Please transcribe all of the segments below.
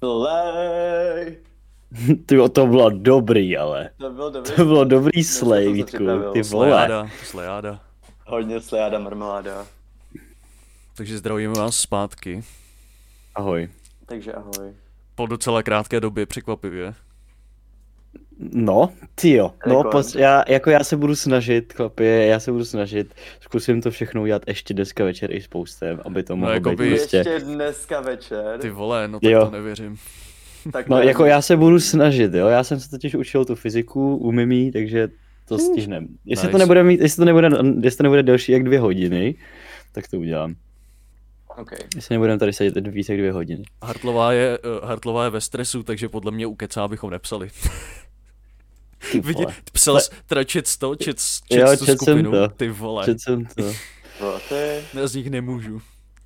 Slay. To bylo dobrý, ale. To bylo dobrý. To bylo dobrý Dneska slay, jsem se Vítku, připravil. ty vole. Slejáda. Hodně slejáda, marmeláda. Takže zdravíme vás zpátky. Ahoj. Takže ahoj. Po docela krátké době, překvapivě. No, tyjo. No, Rekord. já se budu snažit, chlapi, zkusím to všechno udělat ještě dneska večer i s postem, aby to mohlo být jakoby- prostě. Ještě dneska večer. Ty vole, no tak Jo. to nevěřím. Tak No, to jako je- já se budu snažit, jo, já jsem se totiž učil tu fyziku, umím jí, takže to stihnem. Jestli to Nice. nebude delší jak 2 hodiny, tak to udělám. OK. Jestli nebudeme tady sedět víc jak 2 hodiny. Hartlová je ve stresu, takže podle mě ukecá, abychom nepsali. Ty Vidí, vole. psal jsi, teda čet tu četl jsem skupinu, to. ty vole. Četl jsem to. Ty. Já z nich nemůžu.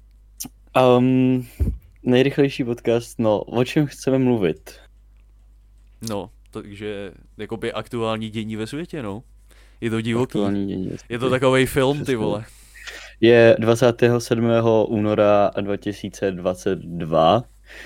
Nejrychlejší podcast, no, o čem chceme mluvit? No, takže jakoby aktuální dění ve světě, no. Je to divoký. Aktuální dění. Je to takovej film, ty Přesně. vole. Je 27. února 2022.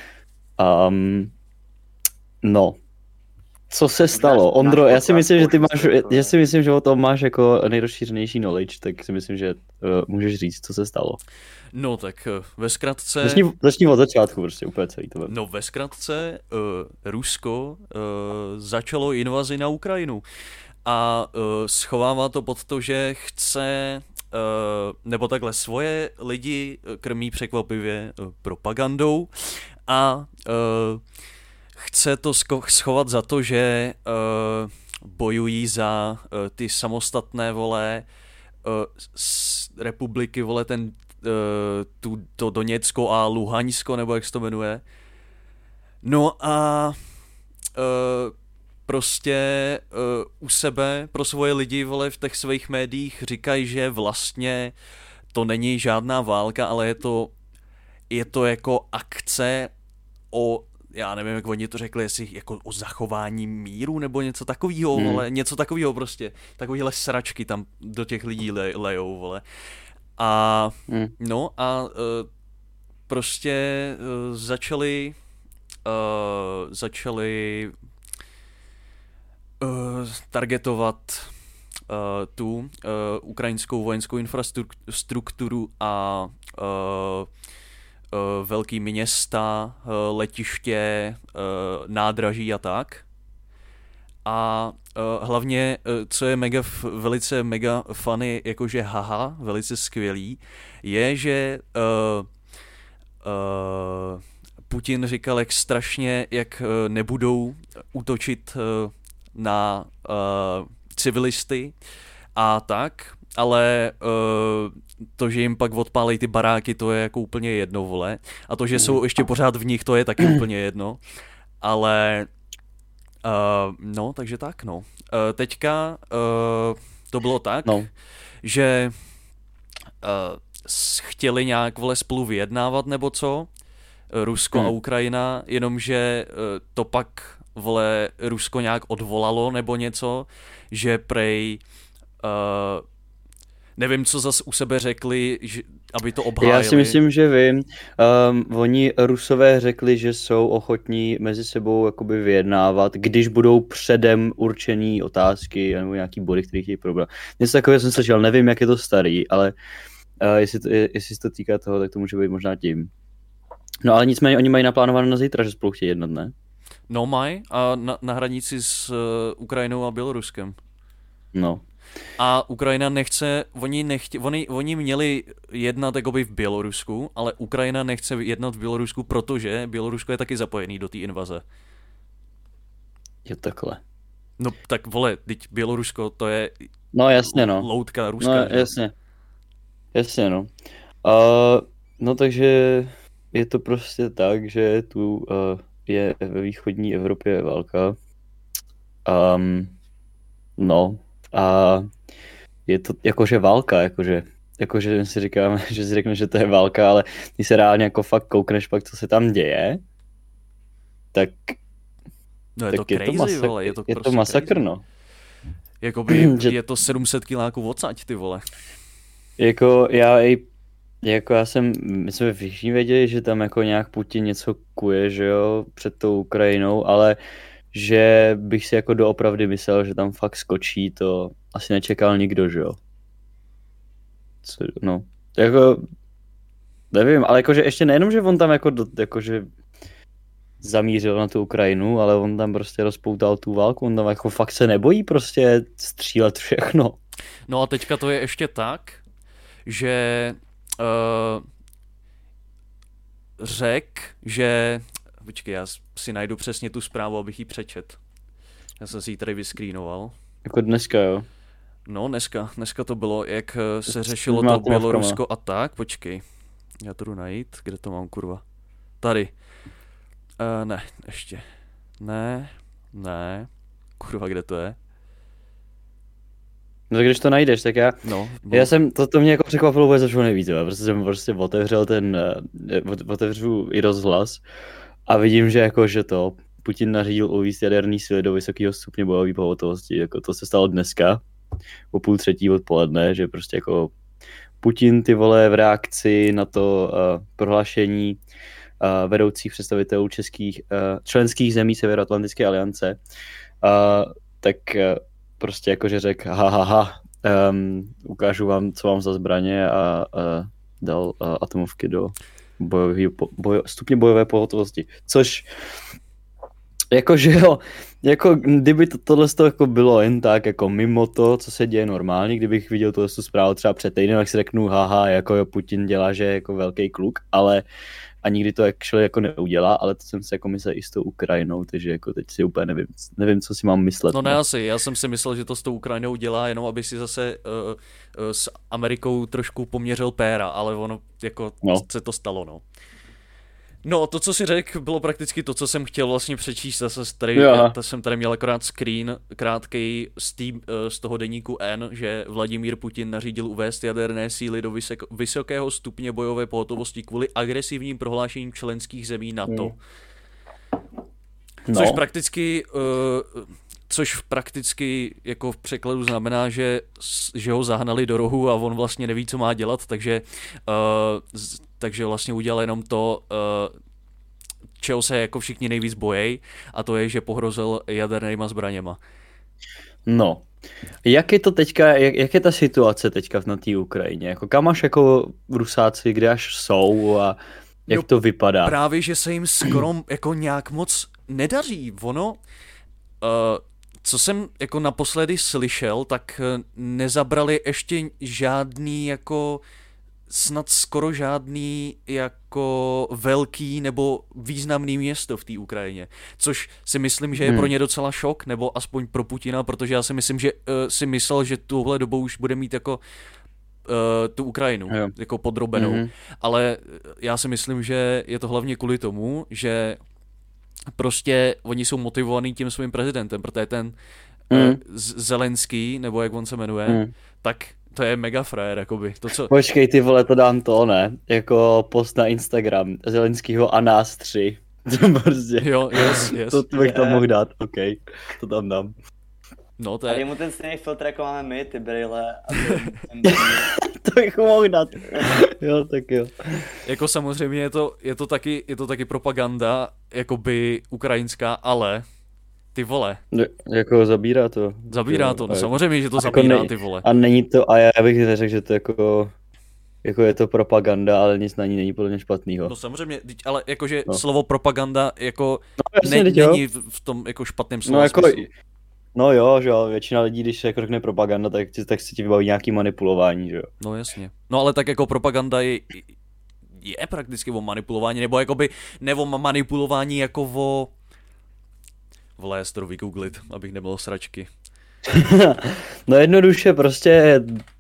No. Co se stalo? náš Ondro, já si podcast myslím, že ty už máš, vystoupil. já si myslím, že o tom máš jako nejrozšířenější knowledge, tak si myslím, že můžeš říct, co se stalo. No tak ve zkratce... Začni od začátku, prostě úplně celý to. No ve zkratce, Rusko začalo invazi na Ukrajinu a schovává to pod to, že chce, nebo takhle svoje lidi krmí překvapivě propagandou a chce to schovat za to, že bojují za ty samostatné, vole, republiky, vole, to Doněcko a Luhansko, nebo jak se to jmenuje. No a prostě u sebe pro svoje lidi, vole, v těch svých médiích říkají, že vlastně to není žádná válka, ale je to jako akce o, já nevím, jak oni to řekli, jestli jako o zachování míru nebo něco takového, vole, něco takového prostě. Takovýhle sračky tam do těch lidí lejou, vole. A no a prostě začali targetovat tu ukrajinskou vojenskou infrastrukturu a velký města, letiště, nádraží a tak. A hlavně, co je velice mega funny, jakože haha, velice skvělý, je, že Putin říkal, jak strašně, jak nebudou útočit na civilisty a tak, ale to, že jim pak odpálí ty baráky, to je jako úplně jedno, vole. A to, že jsou ještě pořád v nich, to je taky úplně jedno. Ale no, takže tak, no. Teďka to bylo tak, že chtěli nějak, vole, spolu vyjednávat nebo co, Rusko a Ukrajina, jenomže to pak, vole, Rusko nějak odvolalo nebo něco, že prej nevím, co zas u sebe řekli, že, aby to obhájili. Já si myslím, že vím. Oni Rusové řekli, že jsou ochotní mezi sebou jakoby vyjednávat, když budou předem určený otázky nebo nějaký body, které chtějí probrat. Něco takového jsem slyšel, nevím, jak je to starý, ale jestli se to týká toho, tak to může být možná tím. No ale nicméně oni mají naplánováno na zítra, že spolu chtějí jednat, ne? No mají a na hranici s Ukrajinou a Běloruskem. No. A Ukrajina nechce, oni měli jednat jakoby v Bělorusku, ale Ukrajina nechce jednat v Bělorusku, protože Bělorusko je taky zapojený do té invaze. Jo, takhle. No tak vole, teď Bělorusko, to je no, jasně, no. loutka Ruska. No, jasně, no. No takže je to prostě tak, že tu je ve východní Evropě válka. No a je to jakože válka, jakože si říkáme, že si řekne, že to je válka, ale když se reálně jako fakt koukneš pak, co se tam děje, tak no je to crazy, vole, je to masakr, no. Jakoby je to 700 kiláků odsaď, ty vole. Jako já i Jako my jsme všichni věděli, že tam jako nějak Putin něco kuje, že jo, před tou Ukrajinou, ale že bych si jako doopravdy myslel, že tam fakt skočí, to asi nečekal nikdo, že jo. No, jako, nevím, ale jakože ještě nejenom, že on tam jakože zamířil na tu Ukrajinu, ale on tam prostě rozpoutal tu válku, on tam jako fakt se nebojí prostě střílet všechno. No a teďka to je ještě tak, že řekl, že... Počkej, já si najdu přesně tu zprávu, abych ji přečet. Já jsem si ji tady vyscreenoval. Jako dneska, jo? No, dneska to bylo, jak se řešilo to Bělorusko a tak. Počkej, já to jdu najít, kde to mám, kurva. Tady. Ne, ještě. Ne. Kurva, kde to je? No tak když to najdeš, tak já jsem, to mě jako překvapilo vůbec začalo nejvíc, protože jsem prostě otevřu i rozhlas a vidím, že jako, že to Putin nařídil uvést jaderný síly do vysokého stupně bojové pohotovosti, jako to se stalo dneska o 2:30 odpoledne, že prostě jako Putin ty vole v reakci na to prohlášení vedoucích představitelů členských zemí Severoatlantické aliance, tak prostě jakože řekl ukážu vám, co mám za zbraně a dal atomovky do stupně bojové pohotovosti. Což jakože jo, jako kdyby tohle jako bylo jen tak jako mimo to, co se děje normálně, kdybych viděl tu zprávu třeba před týdnem, tak si řeknu jako jo, Putin dělá, že je jako velký kluk, ale a nikdy to actually jako neudělá, ale to jsem si jako myslel i s tou Ukrajinou, takže jako teď si úplně nevím, co si mám myslet. No ne asi, já jsem si myslel, že to s tou Ukrajinou dělá jenom, aby si zase s Amerikou trošku poměřil péra, ale ono jako se to stalo, no. No, to, co si řekl, bylo prakticky to, co jsem chtěl vlastně přečíst, jsem tady měl akorát screen krátkej z toho deníku N, že Vladimír Putin nařídil uvést jaderné síly do vysokého stupně bojové pohotovosti kvůli agresivním prohlášením členských zemí NATO. No. Což prakticky jako v překladu znamená, že ho zahnali do rohu a on vlastně neví, co má dělat, takže vlastně udělal jenom to, čeho se jako všichni nejvíc bojí, a to je, že pohrozil jadernýma zbraněma. No, jak je to teďka, jak je ta situace teďka na té Ukrajině? Jako kam až jako Rusáci, kde až jsou a jak to vypadá? Právě, že se jim skoro jako nějak moc nedaří. Ono, co jsem jako naposledy slyšel, tak nezabrali ještě žádný jako snad skoro žádný jako velký nebo významný město v té Ukrajině, což si myslím, že je pro ně docela šok, nebo aspoň pro Putina, protože já si myslím, že si myslel, že tuhle dobou už bude mít jako tu Ukrajinu jako podrobenou, ale já si myslím, že je to hlavně kvůli tomu, že prostě oni jsou motivovaní tím svým prezidentem, protože ten Zelenský, nebo jak on se jmenuje, tak to je mega frajer, jakoby. To, co... Počkej, ty vole, to dám to, ne? Jako post na Instagram Zelenskýho a nás 3. To prostě. Jo, yes. To bych tam mohl dát, OK. To tam dám. No, to je... A je mu ten stejný filtr, jako máme my, ty brýle. To bych mohl dát. Jo, tak jo. Jako samozřejmě je to taky propaganda, jakoby ukrajinská, ale ty vole. Jako zabírá to. Zabírá to, no samozřejmě, že to zabírá, ty vole. A není to, a já bych neřekl, že to jako je to propaganda, ale nic na ní není podle mě špatnýho. No samozřejmě, ale jakože slovo propaganda jako jasně, není v tom jako špatném slova jako, smyslu. No jo, že jo, většina lidí, když se jako řekne propaganda, tak si ti vybaví nějaký manipulování, že jo. No jasně. No ale tak jako propaganda je prakticky o manipulování, nebo jakoby, nebo manipulování jako o... Vole, já si to vygooglit, abych nebyl sračky. No jednoduše prostě...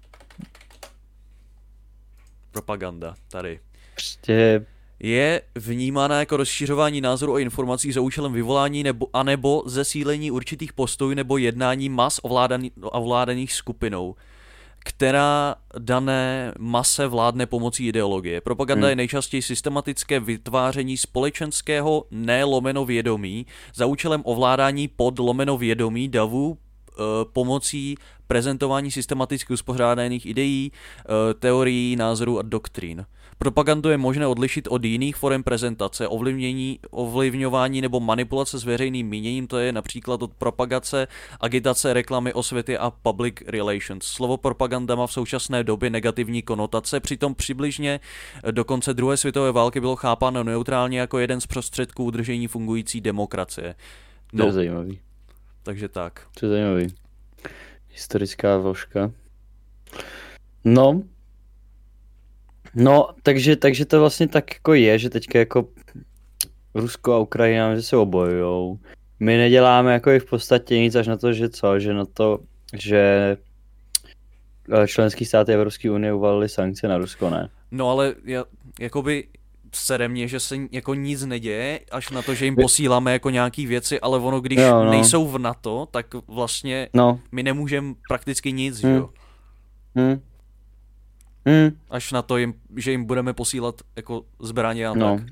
Propaganda, tady. Prostě... Je vnímána jako rozšiřování názorů a informací za účelem vyvolání anebo zesílení určitých postojů nebo jednání mas ovládaných skupinou, která dané mase vládne pomocí ideologie. Propaganda je nejčastěji systematické vytváření společenského vědomí za účelem ovládání vědomí davů pomocí prezentování systematicky uspořádaných ideí, teorií, názorů a doktrín. Propagandu je možné odlišit od jiných forem prezentace, ovlivňování nebo manipulace s veřejným míněním, to je například od propagace, agitace, reklamy, osvěty a public relations. Slovo propaganda má v současné době negativní konotace, přitom přibližně do konce druhé světové války bylo chápáno neutrálně jako jeden z prostředků udržení fungující demokracie. To je zajímavý. Takže tak. To je zajímavý. Historická vložka. No, takže to vlastně tak jako je, že teďka jako Rusko a Ukrajina, že se obojujou. My neděláme jako i v podstatě nic až na to, že členský státy Evropské unie uvalily sankce na Rusko, ne? No ale jakoby sere mě, že se jako nic neděje, až na to, že jim posíláme jako nějaký věci, ale ono, když nejsou v NATO, tak vlastně my nemůžeme prakticky nic, že jo? Až na to, že jim budeme posílat jako zbraně a tak.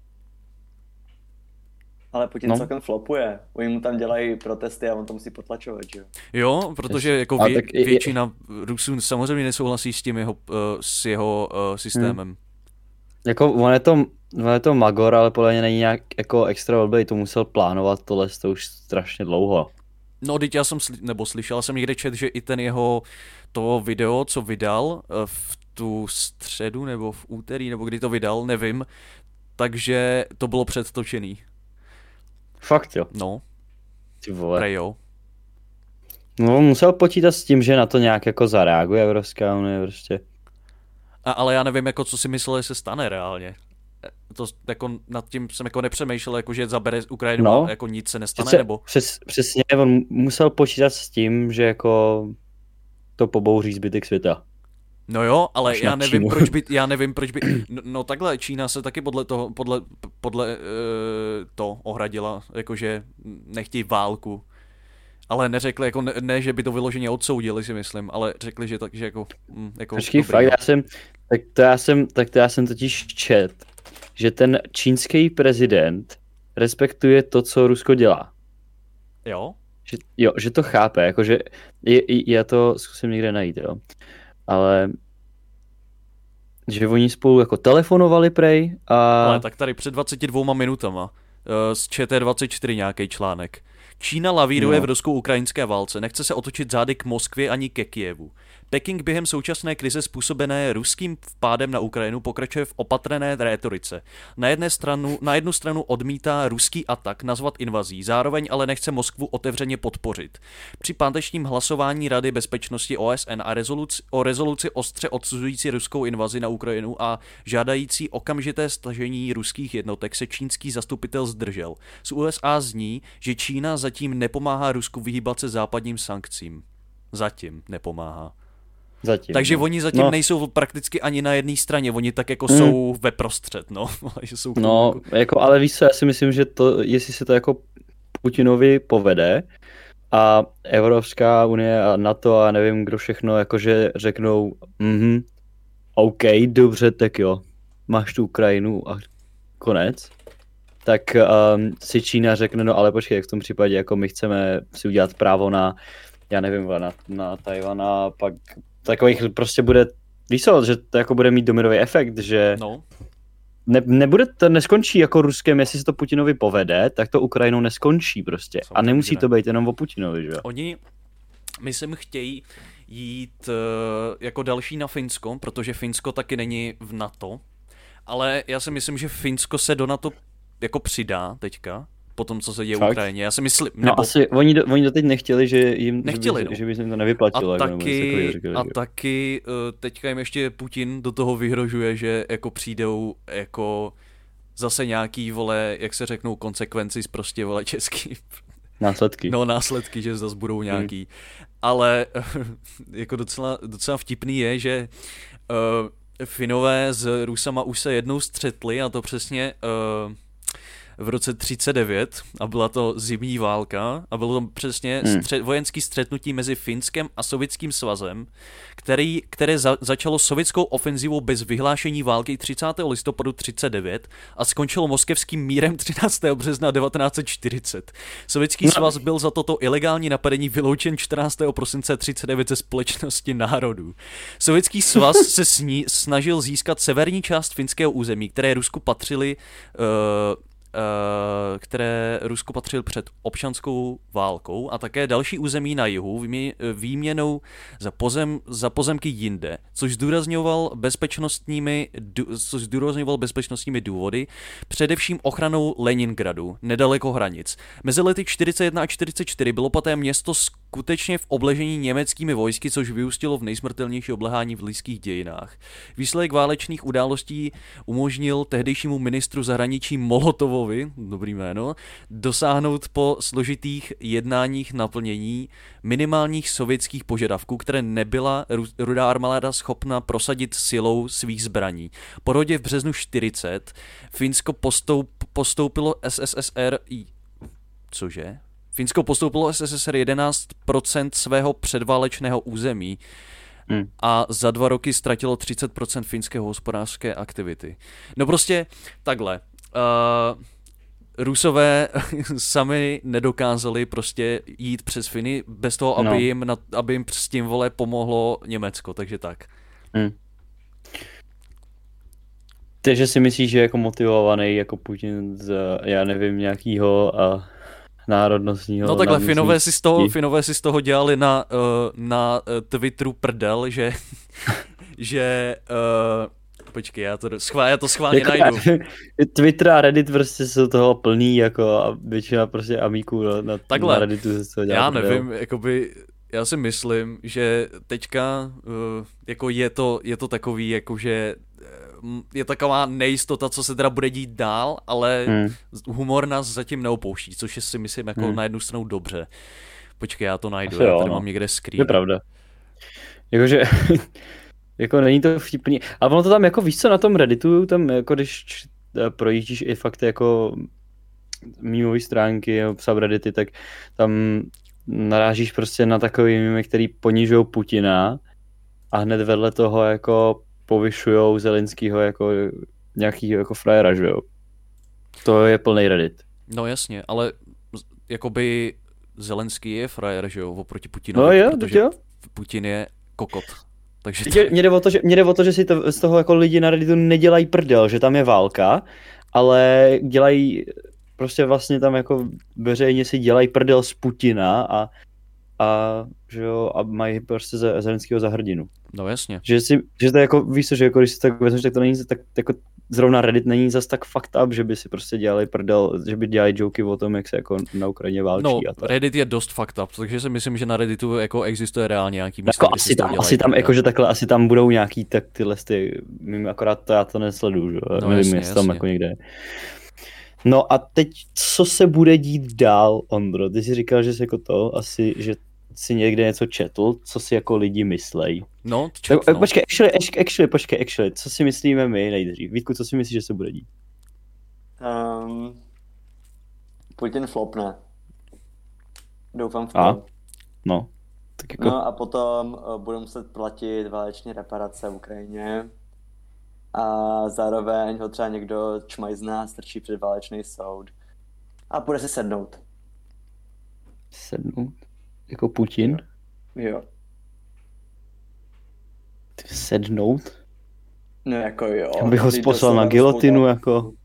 Ale Putin celkem flopuje. Oni mu tam dělají protesty a on to musí potlačovat, že jo? Jo, protože jako většina Rusů samozřejmě nesouhlasí s jeho systémem. Jako on je to magor, ale podle mě není nějak jako extra odbej, to musel plánovat to už strašně dlouho. No, teď já jsem slyšel jsem někde čet, že i to video, co vydal v tu středu nebo v úterý, nebo kdy to vydal, nevím, takže to bylo předtočený. Fakt jo? No. Ty vole. Prej jo. No, musel počítat s tím, že na to nějak jako zareaguje Evropská unie prostě. Ale já nevím, jako co si myslel, že se stane reálně. To jako nad tím jsem jako nepřemýšlel, jako že zabere Ukrajinu a jako nic se nestane, nebo? Přesně, on musel počítat s tím, že jako to pobouří zbytek světa. No jo, ale já nevím, proč by, no takhle, Čína se taky podle to ohradila, jakože nechtějí válku. Ale neřekli, jako ne, že by to vyloženě odsoudili, si myslím, ale řekli, že tak, že jako Počkej, dobrý, fakt, já jsem totiž čet, že ten čínský prezident respektuje to, co Rusko dělá. Jo? Že to chápe, jakože já to zkusím někde najít, jo. Ale že oni spolu jako telefonovali prej a... Ale tak tady před 22 minutama z ČT24 nějaký článek. Čína lavíruje v rusko-ukrajinské válce, nechce se otočit zády k Moskvě ani ke Kyjevu. Peking během současné krize způsobené ruským vpádem na Ukrajinu pokračuje v opatrné rétorice. Na jednu stranu odmítá ruský atak nazvat invazí, zároveň ale nechce Moskvu otevřeně podpořit. Při pátečním hlasování Rady bezpečnosti OSN o rezoluci ostře odsuzující ruskou invazi na Ukrajinu a žádající okamžité stažení ruských jednotek se čínský zastupitel zdržel. Z USA zní, že Čína zatím nepomáhá Rusku vyhýbat se západním sankcím. Zatím nepomáhá. Takže oni zatím nejsou prakticky ani na jedné straně, oni tak jako jsou ve prostřed, že jsou jako, ale víš co, já si myslím, že to, jestli se to jako Putinovi povede a Evropská unie a NATO a nevím kdo všechno, jakože řeknou OK, dobře, tak jo, máš tu Ukrajinu a konec, tak si Čína řekne, no ale počkej, v tom případě jako my chceme si udělat právo na, já nevím, na Tajvan a pak takových prostě bude, víš co, že to jako bude mít dominový efekt, že to neskončí jako Ruskem, jestli se to Putinovi povede, tak to Ukrajinou neskončí prostě. A nemusí to být jenom o Putinovi, že jo? Oni, myslím, chtějí jít jako další na Finsko, protože Finsko taky není v NATO, ale já si myslím, že Finsko se do NATO jako přidá teďka, po tom, co se děje v Ukrajině. Já si myslím, no asi, oni doteď nechtěli, že by se jim to nevyplatilo. A taky teďka jim ještě Putin do toho vyhrožuje, že jako přijdou jako zase nějaký, vole, jak se řeknou, konsekvenci prostě, vole, český. Následky. No, následky, že zase budou nějaký. Ale jako docela vtipný je, že Finové s Rusama už se jednou střetli a to přesně v roce 39 a byla to zimní válka a bylo to přesně vojenský střetnutí mezi Finskem a Sovětským svazem, které začalo sovětskou ofenzivou bez vyhlášení války 30. listopadu 39 a skončilo moskevským mírem 13. března 1940. Sovětský svaz byl za toto ilegální napadení vyloučen 14. prosince 39 ze společnosti národů. Sovětský svaz se snažil získat severní část finského území, které Rusku patřily před občanskou válkou a také další území na jihu výměnou za pozemky jinde, což zdůrazňoval bezpečnostními důvody, především ochranou Leningradu, nedaleko hranic. Mezi lety 41 a 44 bylo poté město skutečně v obležení německými vojsky, což vyústilo v nejsmrtelnější obléhání v lidských dějinách. Výsledek válečných událostí umožnil tehdejšímu ministru zahraničí Molotovovi, dobrý jméno, dosáhnout po složitých jednáních naplnění minimálních sovětských požadavků, které nebyla Rudá armáda schopna prosadit silou svých zbraní. Po rodě v březnu 40 Finsko postoupilo SSSR... Cože? Finsko postoupilo SSSR 11% svého předválečného území a za 2 roky ztratilo 30% finského hospodářské aktivity. No prostě takhle. Rusové sami nedokázali prostě jít přes Finy bez toho, aby jim s tím pomohlo Německo, takže tak. Takže si myslíš, že jako motivovaný jako Putin z, já nevím, nějakýho národnostního... No takhle, Finové si z toho dělali na Twitteru prdel, že počkej, já to schválně jako najdu. Twitter a Reddit prostě jsou toho plný, jako a většina prostě amíků na Redditu se toho dělá. Já nevím, jakoby, já si myslím, že teďka jako je to takový, jakože je taková nejistota, co se teda bude dít dál, ale humor nás zatím neopouští, což je si myslím jako na jednu stranu dobře. Počkej, já to najdu, já tady mám někde screen. To je pravda. Jakože... Jako není to vtipný, ale ono to tam jako víš co na tom Redditu, tam jako když projíždíš i fakt jako mýmové stránky nebo subreddity, tak tam narážíš prostě na takový mými, který ponižujou Putina a hned vedle toho jako povyšujou Zelenskýho jako nějakýho jako frajera, že jo. To je plný Reddit. No jasně, ale jakoby Zelenský je frajer, že jo, oproti Putinovi, no protože Putin je kokot. Takže Mně jde o to, že si to, z toho jako lidi na Redditu nedělají prdel, že tam je válka, ale dělají prostě vlastně tam jako veřejně si dělají prdel z Putina a že jo, a mají prostě Zelenskýho za hrdinu. No jasně. Že to jako, víš co, že jako když si tak vezmeš, tak to není tak jako zrovna Reddit není zas tak fucked up, že by si prostě dělali prdel, že by dělali joky o tom, jak se jako na Ukrajině válčí. No, a tak. Reddit je dost fucked up, takže si myslím, že na Redditu jako existuje reálně nějaký místo, jako asi tam jako, že takhle, asi tam budou nějaký tak tyhle akorát to já to nesleduju, že? No, nevím, jestli tam jako někde. No a teď, co se bude dít dál, Ondro? Ty jsi říkal, že jsi jako to, asi, že si někde něco četl, co si jako lidi myslejí. No, no. Počkej, actually, co si myslíme my nejdřív? Vítku, co si myslíš, že se bude dít? Putin flopne. Doufám v to. No. Tak jako... No a potom budou muset platit váleční reparace v Ukrajině a zároveň ho třeba někdo čmajzná a strčí před válečný soud a bude si sednout. Sednout? Jako Putin? Jo. Sednout? No jako jo. Já bych ho poslal na gilotinu jako...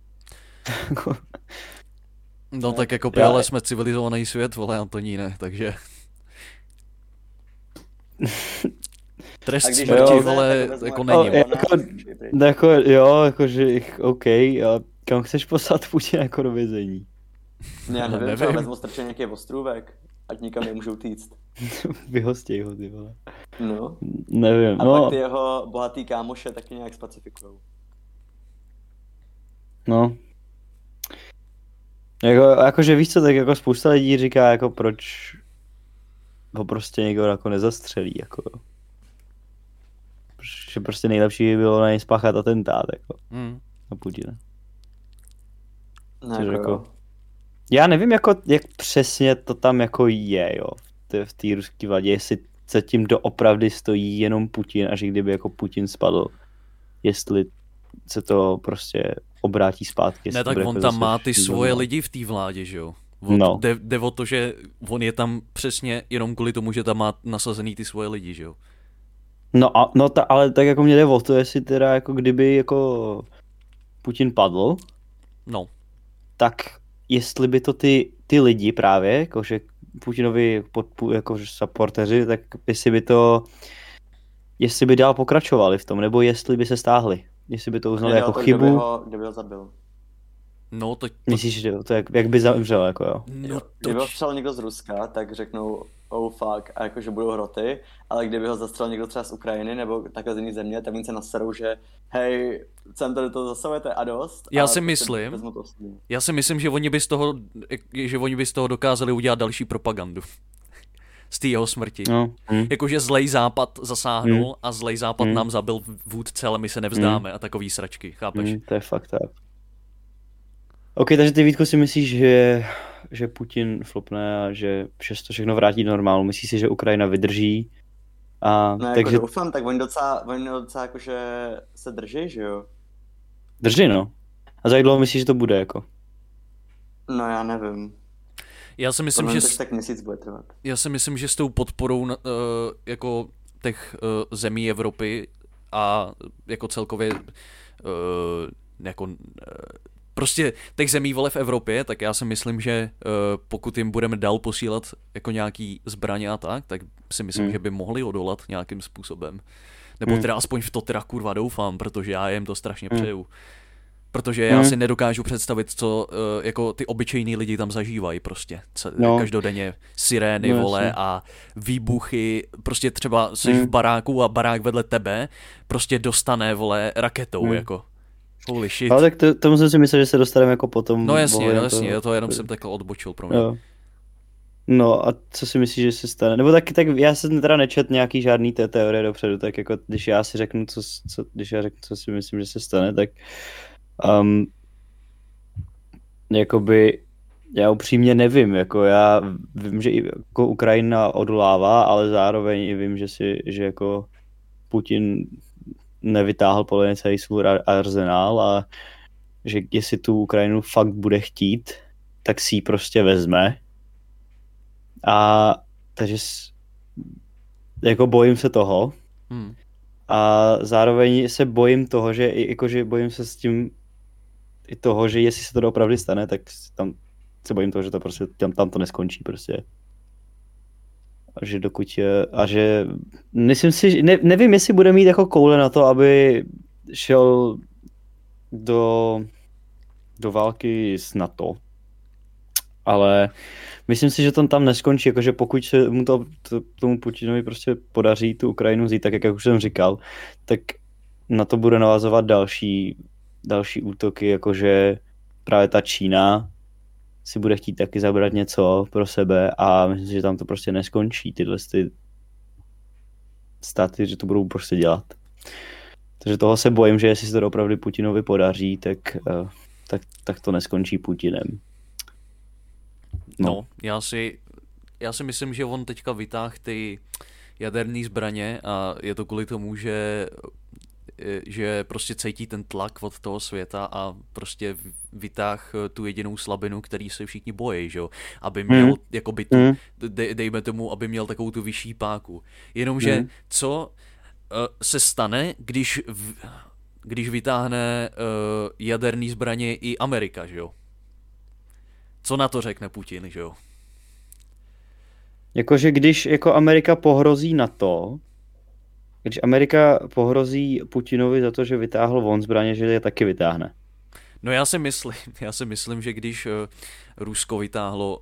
No tak jako ale jsme civilizovaný svět, vole Antoníne, takže... Trest smrti, vole, jako není. Jakože OK, a kam chceš poslat Putina jako do vězení? Já nevím, třeba vezmu strčit nějaký ostrůvek, ať nikam nemůžou týct. Vyhostěj ho, ty vole. No. Nevím, a pak ty jeho bohatý kámoše taky nějak spacifikujou. No. Jakože víš co, tak jako spousta lidí říká, jako proč ho prostě někdo jako nezastřelí, jako. Že prostě nejlepší by bylo na něj spáchat atentát, jako. Na Putina. No, Což jako, jako- Já nevím, jako, jak přesně to tam jako je, jo, v té ruské vládě, jestli za tím doopravdy stojí jenom Putin a že kdyby jako Putin spadl, jestli se to prostě obrátí zpátky. jestli Ne, to tak bude on jako tam zase má ty všechno svoje znova. lidi v té vládě, že jo? No. Jde o to, že on je tam přesně jenom kvůli tomu, že tam má nasazený ty svoje lidi, že jo? Ale tak jako mě jde o to, jestli teda jako kdyby jako Putin padl, No, tak jestli by to ty lidi právě, jakože Putinovi jakože supporteři, tak jestli by dál pokračovali v tom, nebo jestli by se stáhli. Jestli by to uznali jde jako o to, chybu. Kdo by ho zabil. no to Myslíš, že to jak by zemřel, jako jo? no Kdyby ho to, střelil někdo z Ruska, tak řeknou oh fuck, a jakože budou hroty, ale kdyby ho zastřelil někdo třeba z Ukrajiny nebo takhle z jiné země, tak oni se naserou, že hej, sem tady to zasahujete a dost. Já a si prostě myslím- vezmu to s ním. já si myslím, že oni by z toho dokázali udělat další propagandu. Z té jeho smrti. No. Jakože zlej západ zasáhnul a zlej západ nám zabil vůdce, ale my se nevzdáme a takový sračky, chápeš? To je fakt tak. OK, takže ty, Vítko, si myslíš, že Putin flopne a že se to všechno vrátí do normálu. Myslíš si, že Ukrajina vydrží? A No takže jako doufám, tak oni docela jakože se drží, že jo? drží, no. A za jak dlouho myslíš, že to bude, jako? No já nevím. Já si myslím, Podle že mě to tak měsíc bude trvat. Já si myslím, že s tou podporou jako těch zemí Evropy a jako celkově prostě těch zemí vole v Evropě, tak já si myslím, že pokud jim budeme dál posílat jako nějaký zbraně a tak si myslím, že by mohli odolat nějakým způsobem. Nebo teda aspoň v to teda kurva doufám, protože já jim to strašně přeju. Protože já si nedokážu představit, co jako ty obyčejní lidi tam zažívají prostě. Každodenně sirény, vole, a výbuchy, prostě třeba jsi v baráku a barák vedle tebe prostě dostane, vole, raketou, jako. Holy shit. Ale tak tomu jsem si myslel, že se dostaneme jako potom. No jasně, to jenom jsem takhle odbočil pro mě. Jo. No a co si myslíš, že se stane? Nebo tak já jsem teda nečet nějaký žádný té teorie dopředu, tak jako když já řeknu, co si myslím, že se stane, tak jakoby já upřímně nevím, jako já vím, že i jako Ukrajina odolává, ale zároveň i vím, že jako Putin nevytáhl podle mě celý svůj arzenál a že jestli tu Ukrajinu fakt bude chtít, tak si ji prostě vezme. A takže jako bojím se toho. A zároveň se bojím toho, že jakože bojím se s tím i toho, že jestli se to opravdu stane, tak tam se bojím toho, že to prostě tam to neskončí prostě. A že myslím si, nevím, jestli bude mít jako koule na to, aby šel do války s NATO. Ale myslím si, že to tam neskončí, jakože pokud se mu tomu Putinovi prostě podaří tu Ukrajinu vzít, tak jak už jsem říkal, tak na to bude navazovat další útoky, jakože právě ta Čína si bude chtít taky zabrat něco pro sebe a myslím si, že tam to prostě neskončí, tyhle státy, že to budou prostě dělat. Takže toho se bojím, že jestli se to opravdu Putinovi podaří, tak to neskončí Putinem. No, já si myslím, že on teďka vytáhl ty jaderné zbraně a je to kvůli tomu, že prostě cítí ten tlak od toho světa a prostě vytáh tu jedinou slabinu, který se všichni bojí, že jo, aby měl jakoby dejme tomu, aby měl takovou tu vyšší páku. Jenomže co se stane, když vytáhne jaderný zbraně i Amerika, že jo? Co na to řekne Putin, že jo? Jakože když jako Amerika pohrozí NATO, když Amerika pohrozí Putinovi za to, že vytáhl von zbraně, že je taky vytáhne. No já si myslím, že když Rusko vytáhlo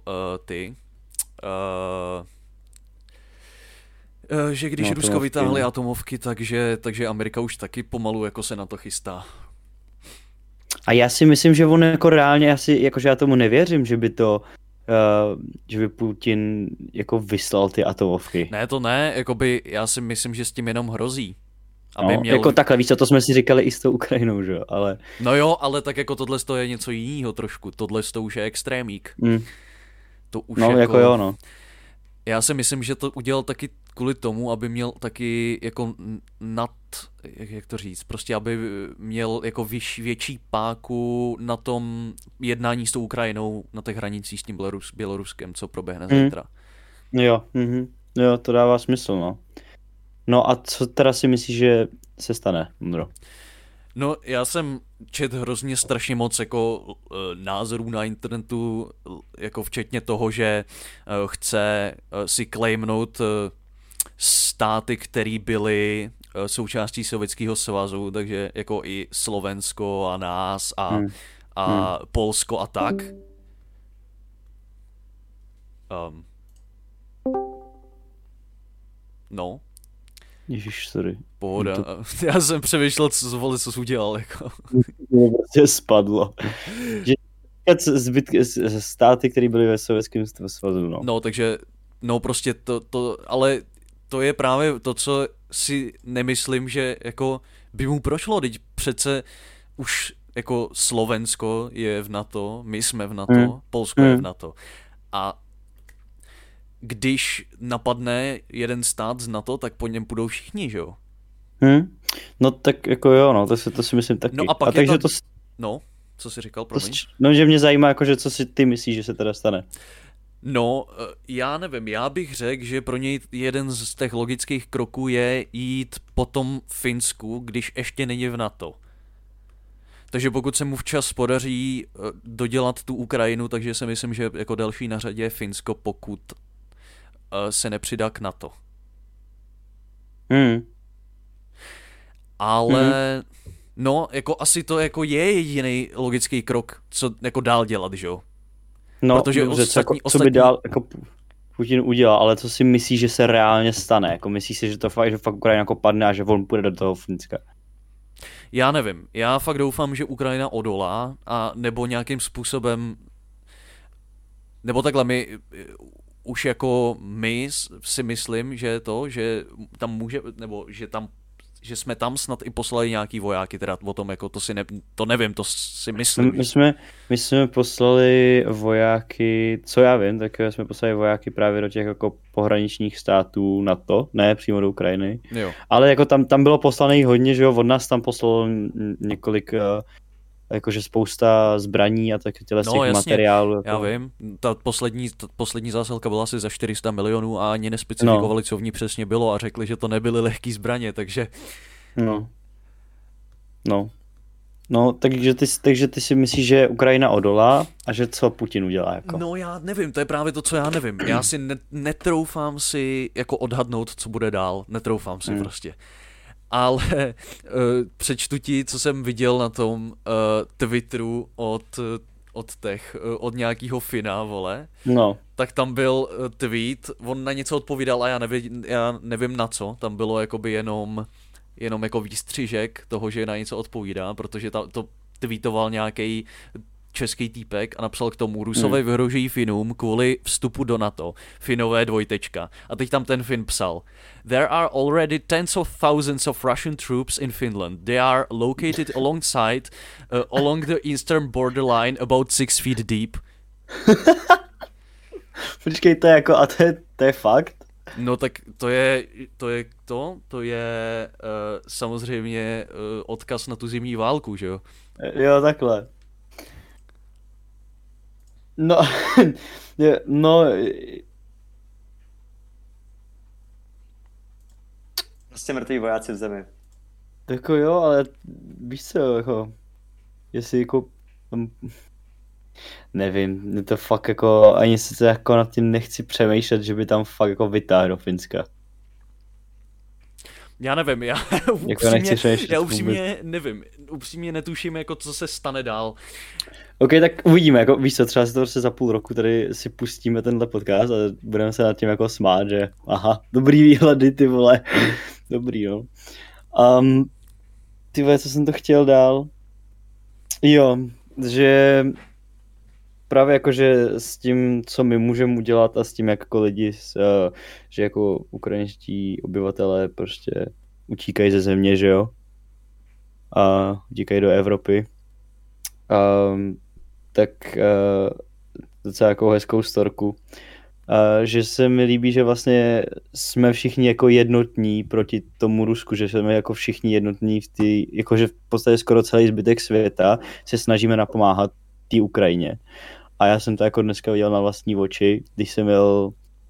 že když Rusko vytáhli atomovky, takže Amerika už taky pomalu jako se na to chystá. A já si myslím, že on jako reálně, jakože já tomu nevěřím, že by Putin jako vyslal ty atomovky. Ne, to ne, jakoby já si myslím, že s tím jenom hrozí. Aby No, měl... jako takhle, víš co, to jsme si říkali i s tou Ukrajinou, že jo, ale... No jo, ale tak jako tohle je něco jiného trošku, tohle to už je extrémík. To už no, jako jo, no. Já si myslím, že to udělal taky kvůli tomu, aby měl taky jako jak to říct, prostě aby měl jako větší páku na tom jednání s tou Ukrajinou na těch hranicích s tím Běloruskem, co proběhne zítra. Jo, jo, to dává smysl, no. No a co teda si myslíš, že se stane, Ondro? No, já jsem četl hrozně strašně moc jako názorů na internetu, jako včetně toho, že chce si claimnout státy, které byly součástí Sovětského svazu, takže jako i Slovensko a nás a Polsko a tak. No. Ježiš, sorry. Pohoda. Já jsem přemýšlel, co jsi udělal. Jako. To prostě spadlo. Státy, které byly ve Sovětském svazu, no. No, takže, no prostě ale to je právě to, co si nemyslím, že jako by mu prošlo, teď přece už jako Slovensko je v NATO, my jsme v NATO, Polsko je v NATO. A když napadne jeden stát z NATO, tak po něm půjdou všichni, že jo? No tak jako jo, no, to si myslím taky. No a pak takže to... No, co jsi říkal, promiň? No, že mě zajímá, jakože co si ty myslíš, že se teda stane. No, já nevím, já bych řekl, že pro něj jeden z těch logických kroků je jít po tom Finsku, když ještě není v NATO. Takže pokud se mu včas podaří dodělat tu Ukrajinu, takže si myslím, že jako další na řadě je Finsko, pokud se nepřidá k NATO. Ale no, jako asi to jako je jediný logický krok, co jako dál dělat, že jo? No, protože dobře, co by dál jako Putin udělal, ale co si myslíš, že se reálně stane? Jako myslíš si, že fakt Ukrajina jako padne a že on půjde do toho Finska? Já nevím, já fakt doufám, že Ukrajina odolá a nebo nějakým způsobem, nebo takhle už jako my si myslím, že tam může, nebo že jsme tam snad i poslali nějaký vojáky, teda o tom jako to nevím, to si myslím. My jsme poslali vojáky, co já vím, tak jsme poslali vojáky právě do těch jako pohraničních států NATO, ne přímo do Ukrajiny. Jo. Ale jako tam bylo poslaný hodně, že jo, od nás tam poslalo několik, jakože spousta zbraní a tak těch materiálů. Jako... Já vím, ta poslední zásilka byla asi za 400 milionů a ani nespecifikovali, co v ní přesně bylo a řekli, že to nebyly lehký zbraně, takže... No, takže ty si myslíš, že Ukrajina odolá a že co Putin udělá? Jako? No já nevím, to je právě to, co já nevím. Já si netroufám si jako odhadnout, co bude dál, netroufám si prostě. Ale přečtu ti, co jsem viděl na tom Twitteru od nějakého Fina, vole. No. Tak tam byl tweet, on na něco odpovídal a já nevím na co. Tam bylo jakoby jenom jako výstřižek toho, že na něco odpovídá, protože to tweetoval nějaký český týpek a napsal k tomu: Rusové vyhrožují Finům kvůli vstupu do NATO. Finové dvojtečka. A teď tam ten Fin psal: There are already tens of thousands of Russian troops in Finland. They are located along the eastern borderline about 6 feet deep. Počkej, to je jako, a to je fakt? No tak to je samozřejmě odkaz na tu zimní válku, že jo? Jo, takhle. No, Prostě mrtví vojáci v zemi. Jako jo, ale víš co, jako, jestli jako, nevím, to fakt jako, ani se jako nad tím nechci přemýšlet, že by tam fakt jako vytáhl do Finska. Já nevím, já upřímně nevím, upřímně netuším, jako co se stane dál. OK, tak uvidíme, jako víš co, třeba si to prostě za půl roku tady si pustíme tenhle podcast a budeme se nad tím jako smát, že aha, dobrý výhledy, ty vole, dobrý, no. Ty vole, co jsem to chtěl dál? Jo, že právě jakože s tím, co my můžeme udělat a s tím, jak jako lidi, že jako ukrajinští obyvatelé prostě utíkají ze země, že jo? A utíkají do Evropy. Tak docela jako hezkou storku. Že se mi líbí, že vlastně jsme všichni jako jednotní proti tomu Rusku, že jsme jako všichni jednotní v té, jakože v podstatě skoro celý zbytek světa se snažíme napomáhat té Ukrajině. A já jsem to jako dneska viděl na vlastní oči, když jsem jel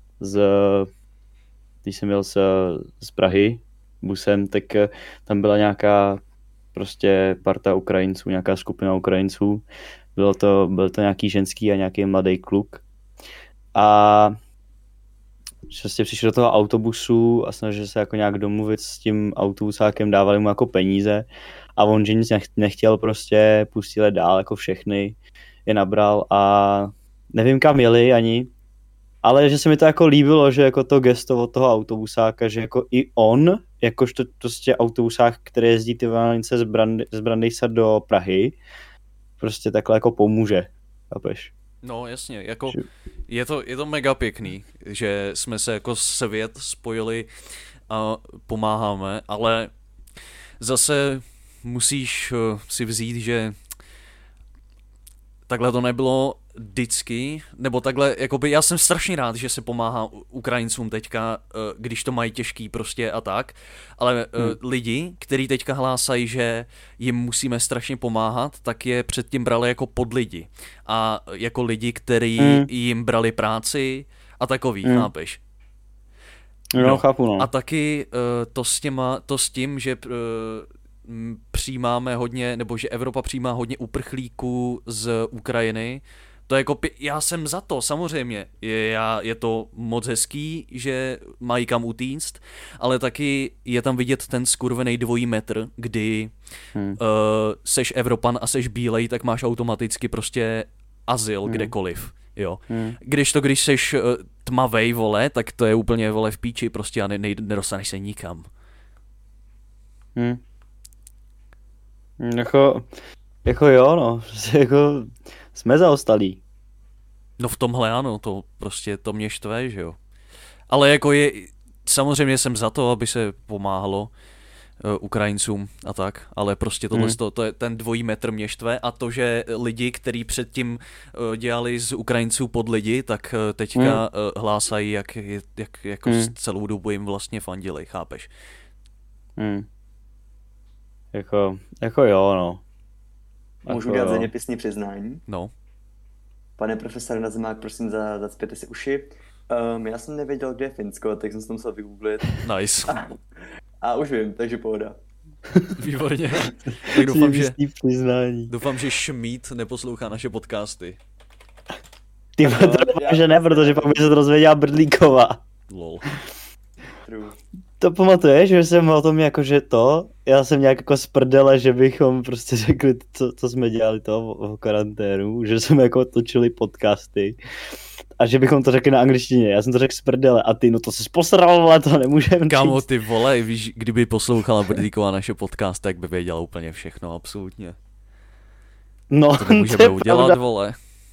z Prahy busem, tak tam byla nějaká prostě parta Ukrajinců, nějaká skupina Ukrajinců. Byl to nějaký ženský a nějaký mladý kluk. A prostě přišli do toho autobusu a snažili se jako nějak domluvit s tím autobusákem, dávali mu jako peníze a on, že nic nechtěl, prostě pustil dál jako všechny, je nabral a nevím kam jeli ani, ale že se mi to jako líbilo, že jako to gesto od toho autobusáka, že jako i on, jakožto prostě autobusák, který jezdí ty Valenice z Brandýsa do Prahy, prostě takhle jako pomůže, chápeš? No jasně, jako je to mega pěkný, že jsme se jako svět spojili a pomáháme, ale zase musíš si vzít, že takhle to nebylo vždycky, nebo takhle, jakoby já jsem strašně rád, že se pomáhá Ukrajincům teďka, když to mají těžký prostě a tak, ale lidi, kteří teďka hlásají, že jim musíme strašně pomáhat, tak je předtím brali jako podlidi a jako lidi, kteří jim brali práci a takový, chápeš? No, chápu, no. A taky to s tím, že přijímáme hodně, nebo že Evropa přijímá hodně uprchlíků z Ukrajiny. To je jako, já jsem za to, samozřejmě. Je to moc hezký, že mají kam utíct, ale taky je tam vidět ten skurvený dvojí metr, kdy seš Evropan a seš bílej, tak máš automaticky prostě azyl kdekoliv. Jo. Když seš tmavej, vole, tak to je úplně, vole, v píči prostě a nedostaneš se nikam. Jako jo, no, jako jsme zaostalí. No v tomhle ano, to prostě to mě štve, že jo. Ale jako samozřejmě jsem za to, aby se pomáhalo Ukrajincům a tak, ale prostě tohle to je ten dvojí metr mě štve a to, že lidi, kteří předtím dělali z Ukrajinců pod lidi, tak teďka hlásají, jak jako celou dobu jim vlastně fandili, chápeš? Jako jo, no. Můžu udělat zeměpisný přiznání? No. Pane profesore Nazimák, prosím, zacpěte si uši. Já jsem nevěděl, kde je Finsko, tak jsem si to musel vygooglit. Nice. A už vím, takže pohoda. Výborně. Tak doufám, že Šmít neposlouchá naše podcasty. Ty doufám, že ne, protože pak by se to dozvěděla Brdlíková. Lol. True. To pamatuješ, že jsem o tom jakože já jsem nějak jako z prdele, že bychom prostě řekli, co jsme dělali v karanténu, že jsme jako točili podcasty a že bychom to řekli na angličtině, já jsem to řekl z prdele a ty, no to se posral, ale to nemůžeme. Kámo, ty vole, víš, kdyby poslouchala Brdlíková naše podcast, tak by věděla úplně všechno, absolutně. No, to nemůžeme udělat, pravda. Vole.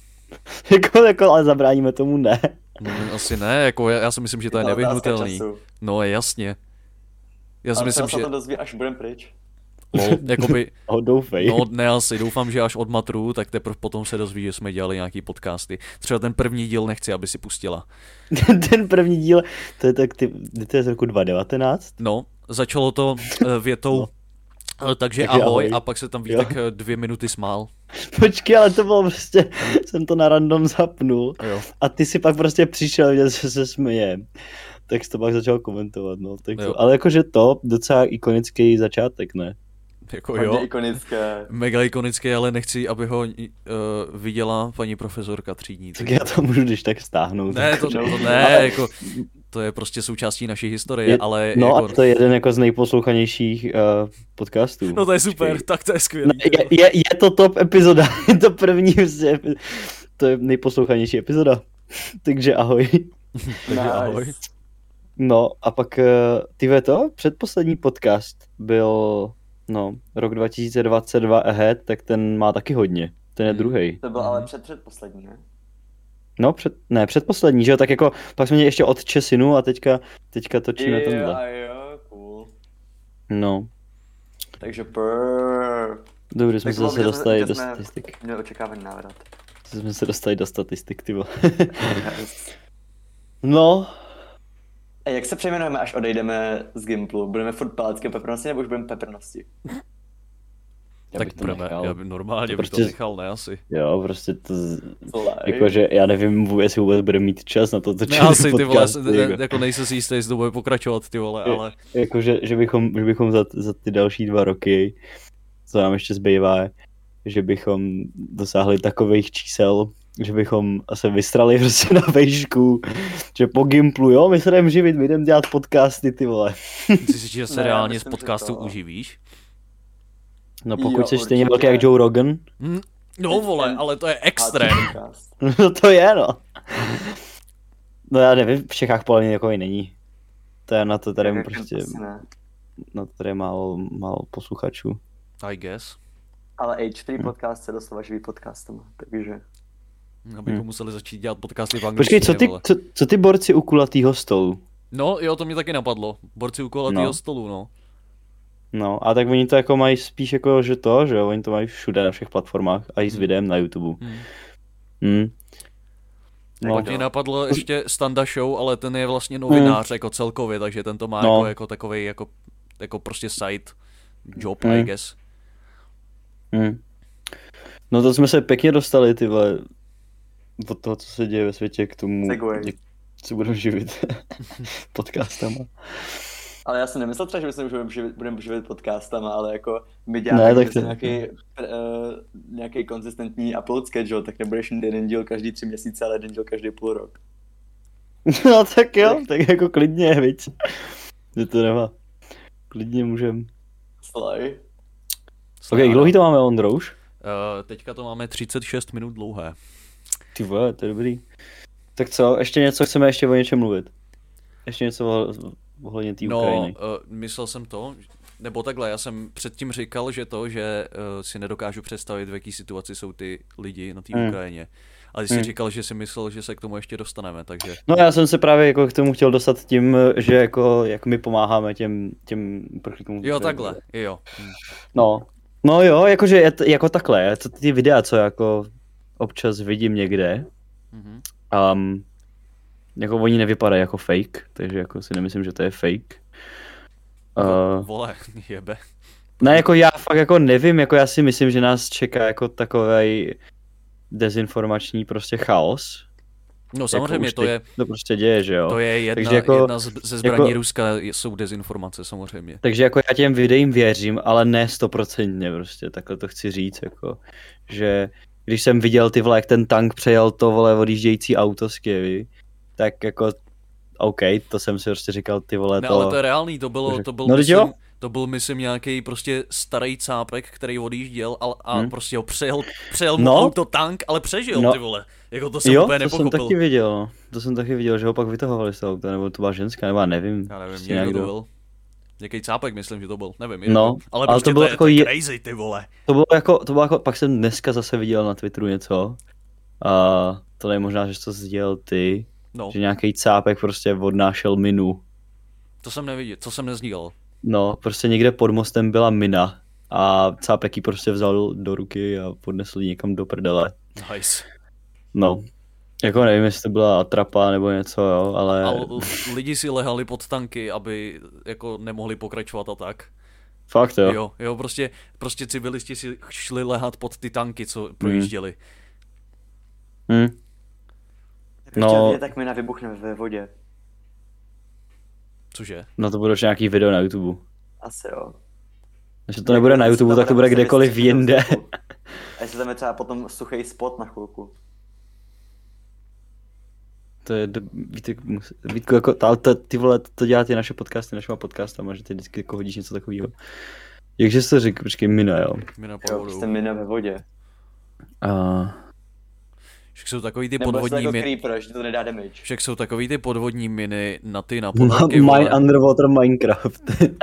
Jako, ale zabráníme tomu, ne. No, asi ne, jako já si myslím, že to je nevyhnutelný. No jasně. Já si myslím, že... to dozví, až budem pryč. No, jakoby... doufej. No, ne asi, doufám, že až od matru, tak teprve potom se dozví, že jsme dělali nějaký podcasty. Třeba ten první díl nechci, aby si pustila. Ten první díl, to je z roku 2019? No, začalo to větou... No. Takže ahoj, a pak se tam Vítek 2 minuty smál. Počkej, ale to bylo prostě, jsem to na random zapnul a ty si pak prostě přišel vidět, že se směje. Tak jsi to pak začal komentovat, no. Tak to, ale jakože to docela ikonický začátek, ne? Jako jo, ikonické. Mega ikonické, ale nechci, aby ho viděla paní profesorka třídní. Tak já to můžu když tak stáhnout. Ne, to ne, jako... To je prostě součástí naší historie, ale... No jako... a to je jeden jako z nejposlouchanějších podcastů. No to je super, tak to je skvělý. No, je to top epizoda, je to první, to je nejposlouchanější epizoda. Takže ahoj. Takže ahoj. No a pak, předposlední podcast byl, rok 2022 ahead, tak ten má taky hodně. Ten je druhý. To byl ale předposlední, ne? No, předposlední, že jo, tak jako, pak jsme měli ještě od Česinu a teďka točíme tenhle. Jo, cool. No. Takže Dobře, jsme Tak se zase že dostali že do jsme statistik. měli očekávaný návrat. Jsme se dostali do statistik, ty vole. No, A jak se přejmenujeme, až odejdeme z Gimplu? Budeme furt palacky peprnosti, nebo už budeme peprnosti? já Tak bych to budeme, nechal. já by normálně To bych to prostě- nechal, ne asi. Jo, prostě to, Zlej. jakože já nevím, jestli vůbec bude mít čas na to Ne, točit asi ty vole, podcasty, jako nejsem si jistý, jestli to bude pokračovat, ty vole, ale... Jakože, že bychom za ty další 2 roky, co nám ještě zbývá, že bychom dosáhli takových čísel, že bychom se vystrali prostě na vejšku, že po Gimplu, jo, my se jdeme živit, my jdeme dělat podcasty, ty vole. Myslíš, že se Ne, já reálně z myslím, že podcastu to- uživíš? No pokud Jo, jsi stejně určitě. velký jak Joe Rogan, No vole, ale to je extrém. Podcast. no to je, no. No já nevím, v Čechách podle mě takový není. To je na to tady Jak prostě, asi ne. na to tady je málo posluchačů. I guess. Ale H3 podcast se doslova živí podcastama, takže... Abychom museli začít dělat podcasty v angličtině, Počkej, vole. co ty borci u kulatýho stolu? No jo, to mě taky napadlo. Borci u kulatýho No. stolu, no. No, a tak oni to jako mají spíš jako, že jo, oni to mají všude na všech platformách a i s videem na YouTube. Hmm. No, Pak mě napadlo ještě Standa Show, ale ten je vlastně novinář jako celkově, takže ten to má No. jako takovej jako prostě side job, Hmm. I guess. No to jsme se pěkně dostali, ty vole, od toho, co se děje ve světě, k tomu, Segway. jak se budeme živit podcastama. Ale já jsem nemyslel třeba, že my se už budeme živit podcastama, ale jako my Ne, děláme tak prostě to- nějaký konzistentní upload schedule, tak nebudeš mít jeden díl každý 3 měsíce, ale jeden díl každý půl rok. No tak jo, tak jako klidně, viď. Že to nemá. Klidně můžem. Slaj. Ok, jak dlouhý to máme, Ondro, už? Teďka to máme 36 minut dlouhé. Ty vole, to je dobrý. Tak co, ještě něco, chceme ještě o něčem mluvit? Ještě něco ohledně té No, Ukrajiny. myslel jsem to, nebo takhle, já jsem předtím říkal, že si nedokážu představit, v jaký situaci jsou ty lidi na té Ukrajině. Ale ty jsi říkal, že si myslel, že se k tomu ještě dostaneme, takže... No já jsem se právě jako k tomu chtěl dostat tím, že jako, jak my pomáháme těm uprchlíkům. Jo, takhle, jo. No jo, jakože jako takhle, to ty videa, co jako občas vidím někde, Mhm. jako oni nevypadají jako fake, takže jako si nemyslím, že to je fake. Vole, jebe. Ne, jako já fakt jako nevím, jako já si myslím, že nás čeká jako takovej dezinformační prostě chaos. No samozřejmě, už to teď je, to prostě děje, že jo. to je jedna, Takže jako- jedna ze zbraní jako- Ruska, jsou dezinformace samozřejmě. Takže jako já těm videím věřím, ale ne 100% prostě, takhle to chci říct, jako, že když jsem viděl ty vole, jak ten tank přejel to vole odjíždějící auto z Kyjevy, tak jako OK, to jsem si prostě říkal, ty vole, Ne, to... ale to je reálný, to byl, No, teď jo. to byl myslím nějaký prostě starý cápek, který odjížděl a prostě ho přejel mu No. auto tank, ale přežil, No. ty vole. Jako to jsem Jo, úplně to jsem nepochopil. taky viděl, no. To jsem taky viděl, že ho pak vytahovali z toho auta, nebo to byla ženská, nebo já nevím. Já nevím, prostě někdo to někdo. byl. Jaký cápek, myslím, že to byl, nevím. No, ale ale prostě to bylo je jako crazy, ty vole. To bylo jako, pak jsem dneska zase viděl na Twitteru něco, a to je možná, že jsi to sdělil ty, No, že nějaký cápek prostě odnášel minu. to jsem neviděl, co jsem nezdílel. No, prostě někde pod mostem byla mina a cápek ji prostě vzal do ruky a podnesl ji někam do prdele. Nice. No, jako nevím, jestli to byla atrapa nebo něco, jo, ale... Ale lidi si lehali pod tanky, aby jako nemohli pokračovat a tak. Fakt jo. Jo, prostě civilisti si šli lehat pod ty tanky, co projížděli. No, Tak mina vybuchne ve vodě. Cože? no to bude už nějaký video na YouTube. Asi jo. Když to nebude na YouTube, tak to bude kdekoliv jinde. A jestli tam je třeba potom suchý spot na chvilku. To je, Vítku, jako, ale ty vole, to dělá ty naše podcasty, našima podcastama, že ty vždycky jako hodíš něco takového. Jakže jsi to řekl, počkej, mina, jo. Mina pod Jo, vodou. prostě mina ve vodě. Však jsou takový ty Nebo podvodní jako miny. creeper, že to nedá damage. Však jsou takový ty podvodní miny na ponorky, My vole. Underwater Minecraft.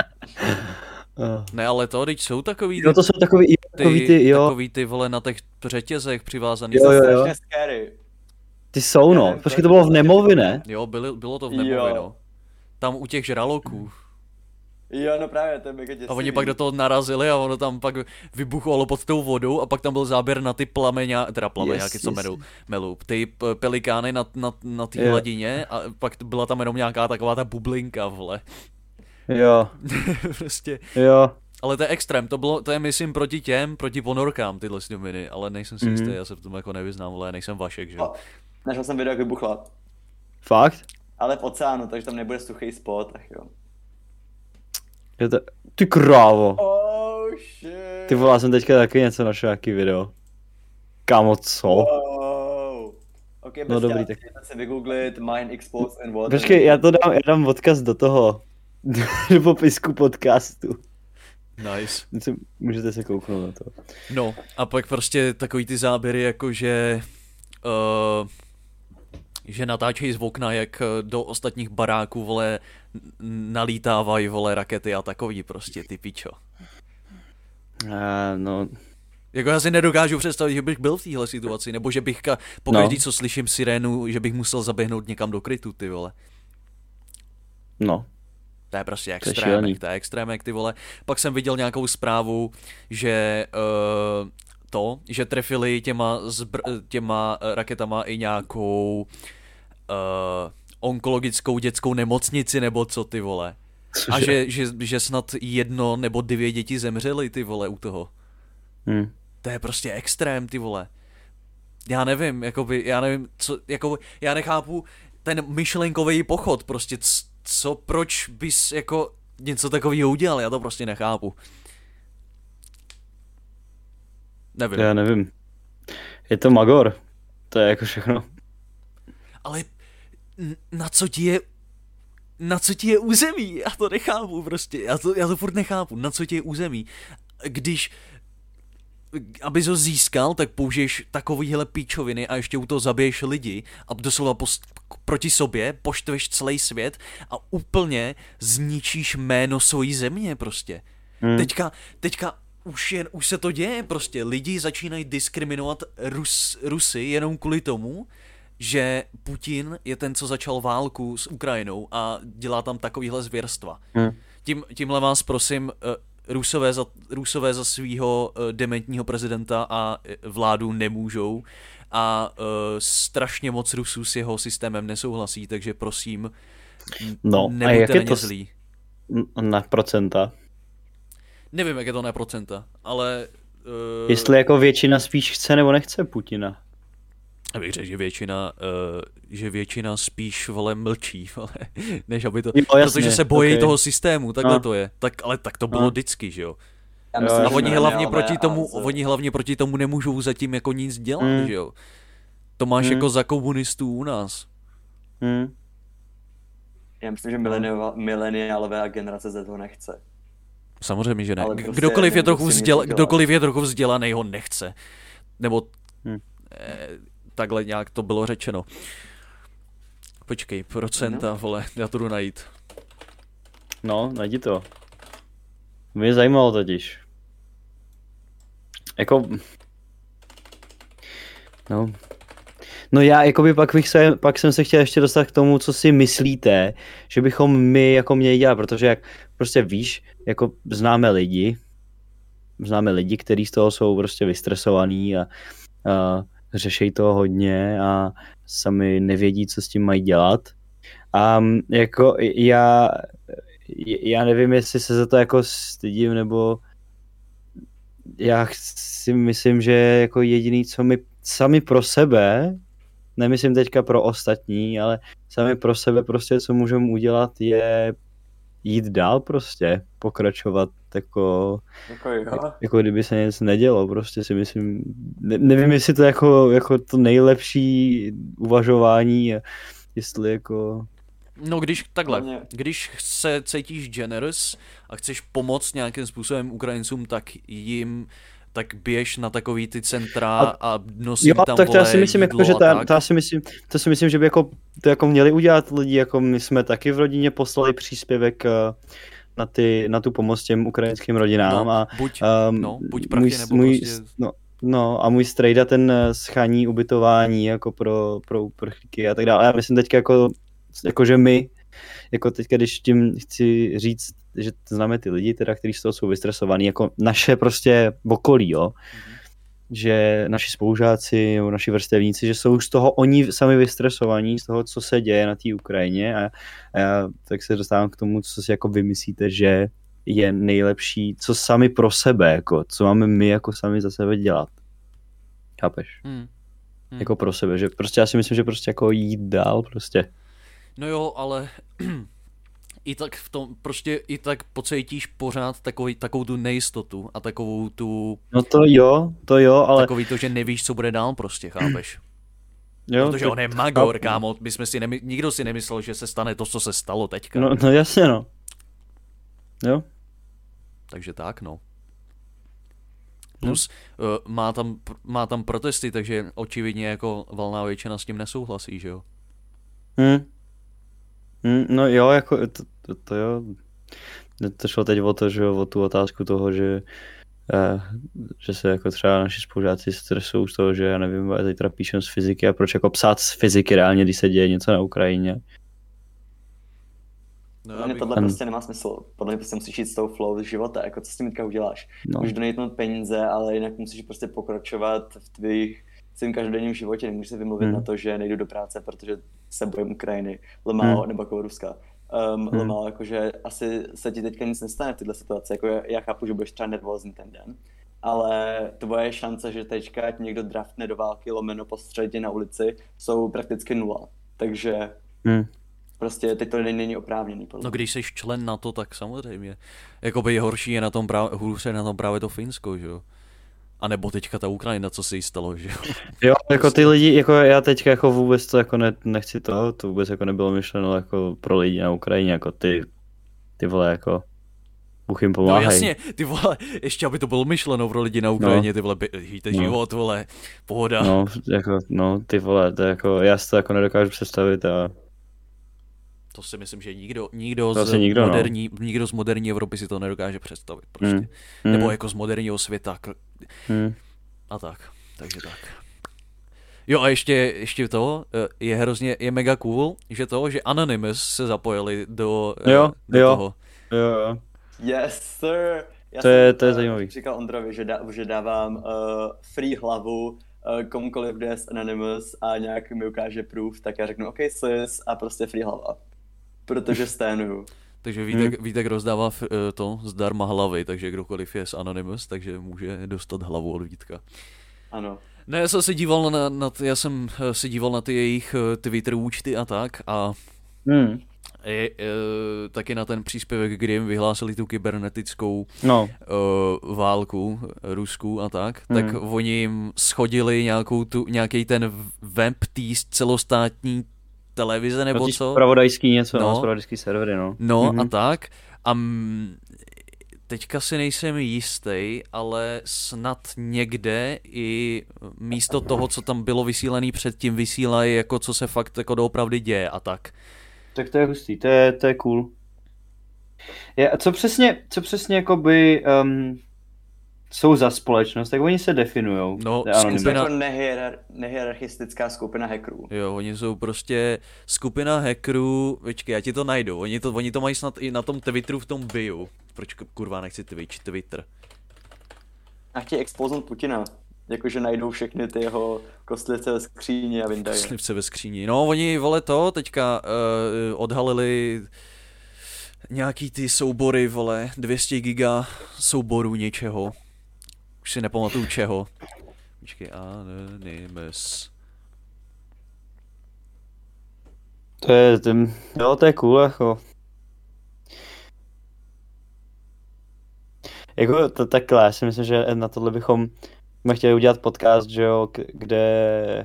Ne, ale to, teď jsou takový ty, No to jsou takový ty, jo, takový ty vole na těch řetězech přivázaný. Jo, jo, jo. Strašně scary. ty jsou no, počkej, to bylo v Nemovi, ne? Jo, bylo to v Jo. Nemově, no. Tam u těch žraloků. Jo, no právě, to je mega děsivý. A oni pak do toho narazili a ono tam pak vybuchlo pod tou vodou a pak tam byl záběr na ty plameňáky, co melou, ty pelikány na té hladině a pak byla tam jenom nějaká taková ta bublinka, vole. Jo. Prostě. Jo. Ale to je extrém, to je myslím proti ponorkám tyhle sňoviny, ale nejsem si jistý, já se v tom jako nevyznám, vole, nejsem Vašek, že jo. Našel jsem video, jak vybuchla. Fakt? Ale v oceánu, takže tam nebude suchý spot, tak jo. Ty krávo. Oh shit. Ty vole, já jsem teďka taky něco našel, nějaký video. Kámo, co? Wow. Ok, no dobrý, tak. Se vygooglit Mine Exposed and Water. Počkej, já dám odkaz do toho. Do popisku podcastu. Nice. Můžete se kouknout na to. No, a pak prostě takový ty záběry, jako že natáčejí z okna, jak do ostatních baráků, vole, nalítávají, vole, rakety a takový prostě, ty pičo. No. Jako já si nedokážu představit, že bych byl v téhle situaci, nebo že bych pokaždý, co slyším sirénu, že bych musel zaběhnout někam do krytu, ty vole. No. To je prostě extrémek, ty vole. Pak jsem viděl nějakou zprávu, že že trefili těma raketama i nějakou onkologickou dětskou nemocnici, nebo co, ty vole. Cože? A že snad 1 nebo 2 děti zemřely, ty vole, u toho. To je prostě extrém, ty vole. Já nevím, já nechápu ten myšlenkový pochod, prostě proč bys jako něco takového udělal, já to prostě nechápu. Nevím. Já nevím. Je to magor. To je jako všechno. Ale na co ti je území? Já to nechápu prostě. Já to furt nechápu. Na co ti je území? Když abys ho získal, tak použiješ takovýhle píčoviny a ještě u toho zabiješ lidi a doslova proti sobě poštveš celý svět a úplně zničíš jméno svojí země prostě. Teďka už se to děje prostě. Lidi začínají diskriminovat Rusy jenom kvůli tomu, že Putin je ten, co začal válku s Ukrajinou a dělá tam takovýhle zvěrstva. Tímhle vás prosím, Rusové za svýho dementního prezidenta a vládu nemůžou a strašně moc Rusů s jeho systémem nesouhlasí, takže prosím, nebuďte na ně zlí. Na procenta? Nevím, jak je to na procenta, ale... Jestli jako většina spíš chce nebo nechce Putina. Já bych řekl, že většina spíš, vole, mlčí, vole, než aby to... Jo, jasně, protože se bojí toho systému, takhle to je. Ale tak to bylo vždycky, že jo? A oni hlavně proti tomu nemůžou zatím jako nic dělat, že jo? To máš jako za komunistů u nás. Já myslím, že mileniálové a generace Z toho nechce. Samozřejmě, že ne. Prostě Kdokoliv je trochu vzdělaný, ho nechce. Nebo takhle nějak to bylo řečeno. Počkej, procenta, vole, já to jdu najít. No, najdi to. Mě zajímalo totiž. Jako... No já jakoby pak jsem se chtěl ještě dostat k tomu, co si myslíte, že bychom my jako měli dělat, protože jak prostě víš, jako známe lidi, kteří z toho jsou prostě vystresovaní a řeší to hodně a sami nevědí, co s tím mají dělat. A jako já nevím, jestli se za to jako stydím, nebo já si myslím, že jako jediný, co my sami pro sebe, nemyslím teďka pro ostatní, ale sami pro sebe prostě, co můžeme udělat, je jít dál prostě, pokračovat jako kdyby se nic nedělo, prostě si myslím, nevím, jestli to jako to nejlepší uvažování, jestli jako... No když se cítíš generous a chceš pomoct nějakým způsobem Ukrajincům, tak běž na takový ty centra a nosím tam, tak to vole, já si myslím, jídlo jako, že to si myslím, že by jako, to jako měli udělat lidi, jako my jsme taky v rodině poslali příspěvek na tu pomoc těm ukrajinským rodinám. Buď prachy nebo prostě... No a můj strejda ten schání ubytování jako pro uprchlíky a tak dále. A já myslím teďka jako že my, jako teďka, když tím chci říct že známe ty lidi, teda, kteří z toho jsou vystresovaní, jako naše prostě okolí, jo. Že naši spolužáci nebo naši vrstevníci, že jsou z toho oni sami vystresovaní, z toho, co se děje na té Ukrajině a já tak se dostávám k tomu, co si jako vymyslíte, že je nejlepší, co sami pro sebe, jako, co máme my jako sami za sebe dělat. Chápeš? Jako pro sebe, že prostě já si myslím, že prostě jako jít dál prostě. No jo, ale i tak v tom, prostě i tak pocítíš pořád takovou tu nejistotu a takovou tu... No to jo, ale... Takový to, že nevíš, co bude dál prostě, chápeš? Jo, protože on je magor, kámo, nikdo si nemyslel, že se stane to, co se stalo teďka. No jasně, no. Jo. Takže tak, no. Plus má tam protesty, takže očividně jako valná většina s tím nesouhlasí, že jo? No jo, jako to jo. To šlo teď o to, že jo, o tu otázku toho, že se jako třeba naši spolužáci stresují z toho, že já nevím, zítra píšem z fyziky a proč jako psát z fyziky reálně, když se děje něco na Ukrajině. Podle mě tohle prostě nemá smysl. Podle mě prostě musíš jít s tou flow z života, jako co s tím teďka uděláš. Můžeš donejtnout peníze, ale jinak musíš prostě pokračovat v svým každodenním životě. Nemůžeš se vymluvit na to, že nejdu do práce, protože se bojím Ukrajiny, Lmao nebo jako Ruska. Lmao, jakože asi se ti teďka nic nestane v této situaci. Jako já chápu, že budeš třeba nervózní ten den, ale tvoje šance, že teďka ti někdo draftne do války lomeno postřelit na ulici, jsou prakticky nula. Takže prostě teď to není oprávněný. No když jsi člen NATO, tak samozřejmě. Jakoby hůře je na tom právě to Finsko, že jo? A nebo teďka ta Ukrajina, co se jí stalo, že jo? Jo, jako ty lidi, jako já teďka jako vůbec to jako nechci to vůbec jako nebylo myšleno jako pro lidi na Ukrajině, jako ty vole jako Bůh jim pomáhaj. No jasně, ty vole, ještě aby to bylo myšleno pro lidi na Ukrajině, ty vole, žijte život, vole, pohoda. No, ty vole, to jako, já si to jako nedokážu představit a... To si myslím, že nikdo z moderní Evropy si to nedokáže představit prostě. Nebo jako z moderního světa. A tak, takže tak. Jo a ještě to, je mega cool, že Anonymous se zapojili do toho. Jo. Yes, sir. To je zajímavý. Říkal Ondrovi, že dávám free hlavu komukoliv, kdo je z Anonymous a nějak mi ukáže proof, tak já řeknu OK sis a prostě free hlava. Protože stánuju. Takže Vítek rozdává to zdarma hlavy, takže kdokoliv je z Anonymous, takže může dostat hlavu od Vítka. Ano. Ne, já jsem se díval na ty jejich Twitter účty a tak a taky na ten příspěvek, kdy jim vyhlásili tu kybernetickou válku Rusku a tak oni jim schodili nějaký ten web celostátní televize nebo co? Spravodajský něco, spravodajský servery, no. No a tak. A teďka si nejsem jistý, ale snad někde i místo toho, co tam bylo vysílený předtím, vysílají jako co se fakt jako doopravdy děje a tak. Tak to je hustý, to je cool. Co přesně jakoby jsou za společnost, tak oni se definujou. No, jako nehierarchistická skupina hackerů. Jo, oni jsou prostě skupina hackerů, počkej, já ti to najdu, oni to mají snad i na tom Twitteru v tom bio. Proč kurva nechci Twitter? A chtějí expoznout Putina. Jakože najdou všechny ty jeho kostlice ve skříni a vyndají. Kostlice ve skříni. No, oni, vole, to teďka odhalili nějaký ty soubory, vole, 200 giga souborů něčeho. Už si nepamatuju čeho. Počkej, Anonymous. To je cool, jako. Jako to takhle, já si myslím, že na tohle bychom chtěli udělat podcast, že jo, kde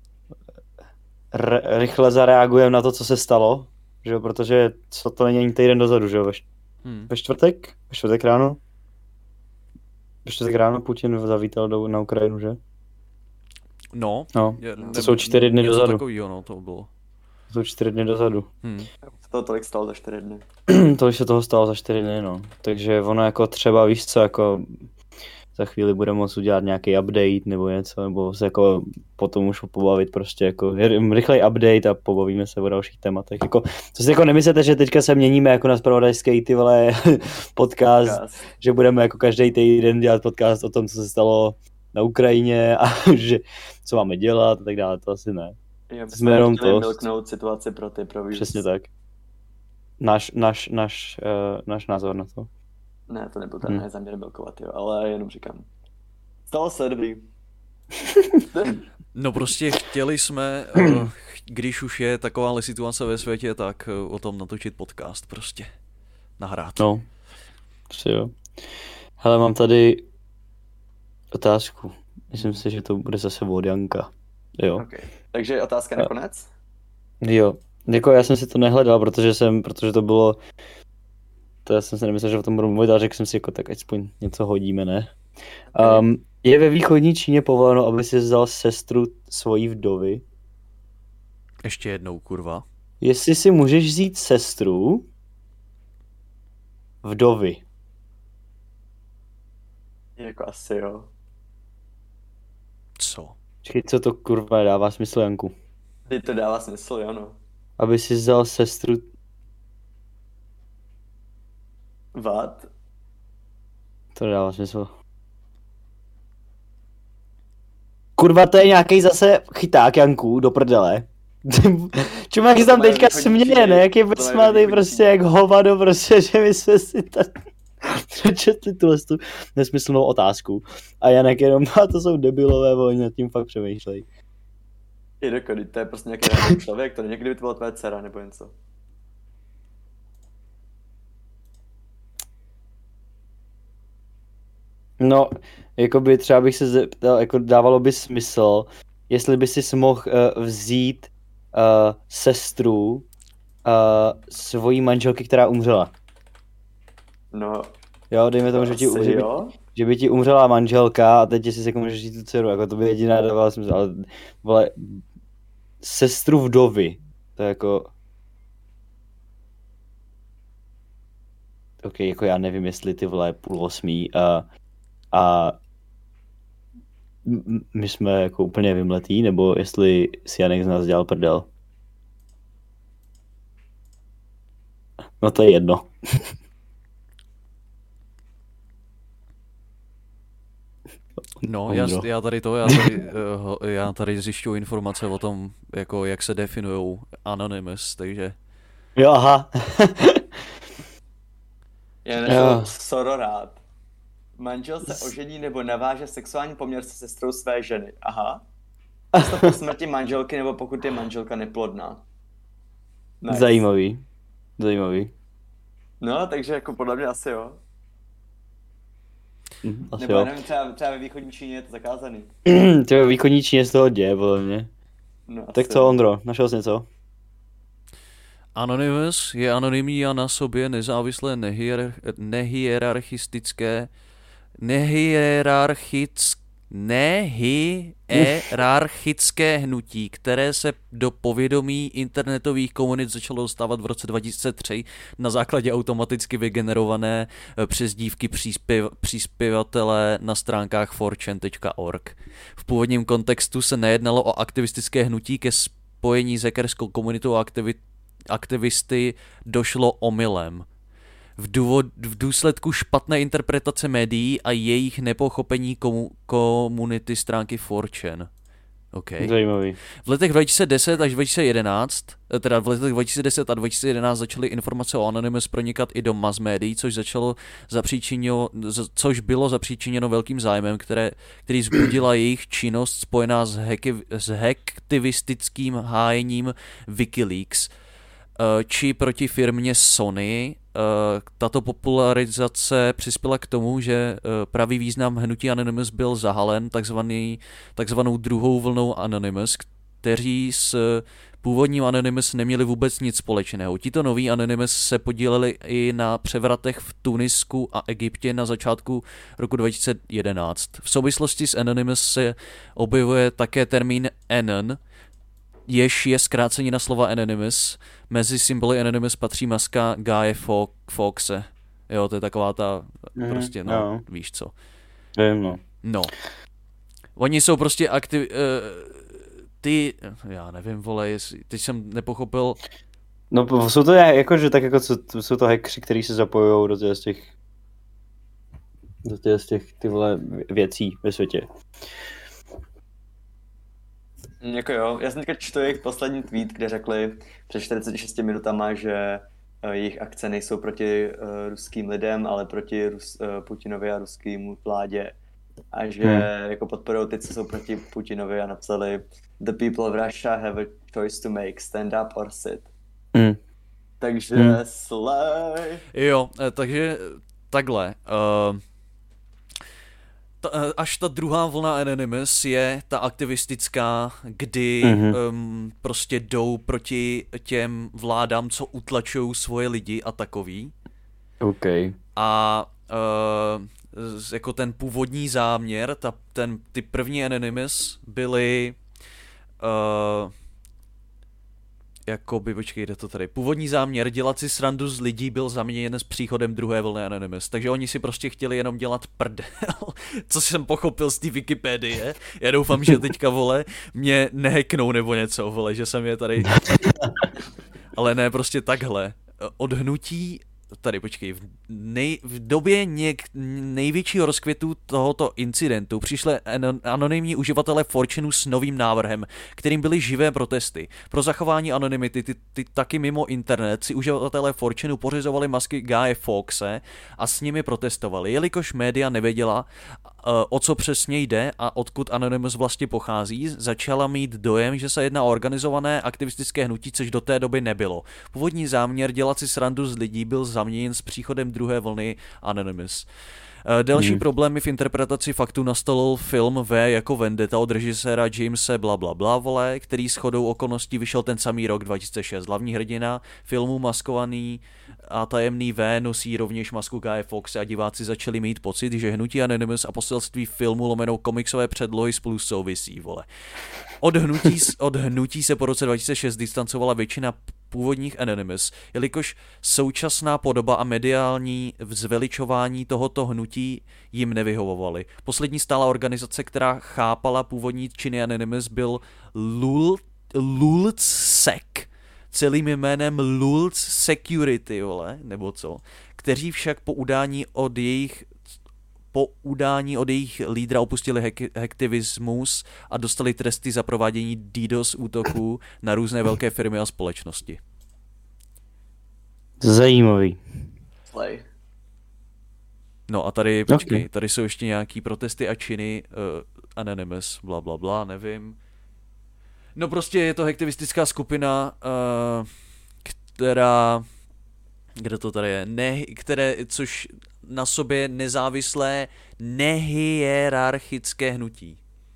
rychle zareagujeme na to, co se stalo, že jo, protože to není ani týden dozadu, že jo, ve čtvrtek? Ve čtvrtek ráno? Ve čtvrtek ráno Putin zavítal na Ukrajinu, že? No. To jsou 4 dny dozadu. Takovýho, no, to bylo. To jsou 4 dny dozadu. To tolik stalo za 4 dny. Tolik se toho stalo za 4 dny, no. Takže ono jako třeba, víš co, jako za chvíli bude moct udělat nějaký update nebo něco, nebo se jako potom už pobavit prostě jako rychlej update a pobavíme se o dalších tématech. Jako, co si jako nemyslete, že teďka se měníme jako na zpravodajský ty vole podcast, že budeme jako každý týden dělat podcast o tom, co se stalo na Ukrajině a že co máme dělat a tak dále, to asi ne. Jo, jsme jenom to milknout situaci pro ty pro přesně tak. Náš názor na to. Ne, to nebyl ten záměr milkovat, jo, ale jenom říkám. Stalo se, dobrý. No prostě chtěli jsme, když už je takováhle situace ve světě, tak o tom natočit podcast prostě. Nahrát. No, jo. Hele, mám tady otázku. Myslím si, že to bude zase od Janka. Jo. Okay. Takže otázka nakonec? Jo. Jako já jsem si to nehledal, protože to bylo... To já jsem si nemyslel, že o tom budu mluvit, ale řekl jsem si jako tak aspoň něco hodíme, ne? Je ve východní Číně povoleno, aby si vzal sestru svojí vdovy? Ještě jednou, kurva. Jestli si můžeš vzít sestru vdovy. Jako asi jo. Co? Počkej, co to kurva dává smysl, Janku? Teď to dává smysl, jo no. Aby si vzal sestru... What? To nedává smysl. Kurva, to je nějaký zase chyták, Janku, do prdele. Čemu jak se tam teďka směje, ne? Jak je posmátej prostě jak hovado, prostě, že my jsme si tak přečetli tu nesmyslnou otázku. A Janek jenom, to jsou debilové, oni nad tím fakt přemýšlejí. Jirko, to je prostě nějaký člověk, to někdy by to byla tvoje dcera nebo něco. No, jakoby třeba bych se zeptal, jako dávalo by smysl, jestli by si mohl vzít sestru svojí manželky, která umřela. No. Jo, dejme tomu, že by ti umřela manželka a teď si jako můžeš říct tu dceru, jako to by jediná dávala smysl, ale vole, sestru vdovy, to je jako... Ok, jako já nevím, jestli ty vole 7:30 a my jsme jako úplně vymletí, nebo jestli si Janek z nás dělal prdel. No to je jedno. No, já tady zjišťuji informace o tom, jako jak se definujou Anonymous, takže... Jo, aha. Já našel sororát. Manžel se ožení nebo naváže sexuální poměr se sestrou své ženy. Aha. To po smrti manželky nebo pokud je manželka neplodná. Nice. Zajímavý. No, takže jako podle mě asi jo. Asi nebo jo. nevím, třeba ve východní Číně je to zakázaný. Třeba ve východní Číně z toho děje, podle mě. No, tak co, Ondro, našel jsi něco? Anonymous je anonymní a na sobě nezávislé nehierarchické hnutí, které se do povědomí internetových komunit začalo dostávat v roce 2003 na základě automaticky vygenerované přezdívky příspěvatele na stránkách 4chan.org. V původním kontextu se nejednalo o aktivistické hnutí, ke spojení s hackerskou komunitou a aktivisty došlo omylem. V důsledku špatné interpretace médií a jejich nepochopení komunity stránky 4chan. Okay. Zajímavý. V letech 2010 až 2011, teda v letech 2010 a 2011 začaly informace o Anonymous pronikat i do mass médií, což bylo zapříčiněno velkým zájmem, který vzbudila jejich činnost spojená s hacktivistickým hájením Wikileaks, či proti firmě Sony. Tato popularizace přispěla k tomu, že pravý význam hnutí Anonymous byl zahalen takzvanou druhou vlnou Anonymous, kteří s původním Anonymous neměli vůbec nic společného. Tito noví Anonymous se podíleli i na převratech v Tunisku a Egyptě na začátku roku 2011. V souvislosti s Anonymous se objevuje také termín Anon, jež je zkrácení na slova Anonymous. Mezi symboly Anonymous patří maska Guy Fawkese. Jo, to je taková ta, prostě, no, víš co. Vím, no. No. Oni jsou prostě já nevím, vole, teď jsem nepochopil. No, jsou to jakože tak jako, jsou to hackři, kteří se zapojují do těch ty vole věcí ve světě. Jako jo, já jsem teďka čtu jejich poslední tweet, kde řekli před 46 minutama, že jejich akce nejsou proti ruským lidem, ale proti Putinovi a ruským vládě. A že jako podporují ty, co jsou proti Putinovi a napsali The people of Russia have a choice to make, stand up or sit. Takže slay. Jo, takže takhle. Až ta druhá vlna Anonymous je ta aktivistická, kdy prostě jdou proti těm vládám, co utlačují svoje lidi a takový. OK. A jako ten původní záměr, ty první Anonymous byly počkej, jde to tady. Původní záměr dělat si srandu z lidí byl zaměněn s příchodem druhé vlny Anonymous. Takže oni si prostě chtěli jenom dělat prdel, co jsem pochopil z té Wikipedie. Já doufám, že teďka, vole, mě nehacknou nebo něco, vole, že jsem je tady... Ale ne, prostě takhle. Od hnutí... Tady, počkej, v době největšího rozkvětu tohoto incidentu přišli anonymní uživatelé 4chanu s novým návrhem, kterým byly živé protesty. Pro zachování anonymity ty taky mimo internet si uživatelé 4chanu pořizovali masky Guye Fawkese a s nimi protestovali, jelikož média nevěděla, o co přesně jde a odkud Anonymous vlastně pochází, začala mít dojem, že se jedná o organizované aktivistické hnutí, což do té doby nebylo. Původní záměr dělat si srandu z lidí byl zaměněn s příchodem druhé vlny Anonymous. Další problémy v interpretaci faktu nastolil film V jako Vendetta od režiséra Jamese blablabla, vole, který shodou okolností vyšel ten samý rok 2006. Hlavní hrdina filmu maskovaný a tajemný V nosí rovněž masku Guye Fawkese a diváci začali mít pocit, že hnutí Anonymous a poselství filmu lomenou komiksové předlohy spolu souvisí, vole. Od hnutí se po roce 2006 distancovala většina původních Anonymous, jelikož současná podoba a mediální zveličování tohoto hnutí jim nevyhovovaly. Poslední stálá organizace, která chápala původní činy Anonymous, byl LULZSEC, celým jménem Lulz Security, vole, nebo co, kteří však po udání od jejich lídra opustili hacktivismus a dostali tresty za provádění DDoS útoků na různé velké firmy a společnosti. Zajímavý. Slay. No a tady, počkej, tady jsou ještě nějaký protesty a činy Anonymous, blablabla, nevím. No prostě je to hacktivistická skupina, která... Kde to tady je? Což na sobě nezávislé nehierarchické hnutí.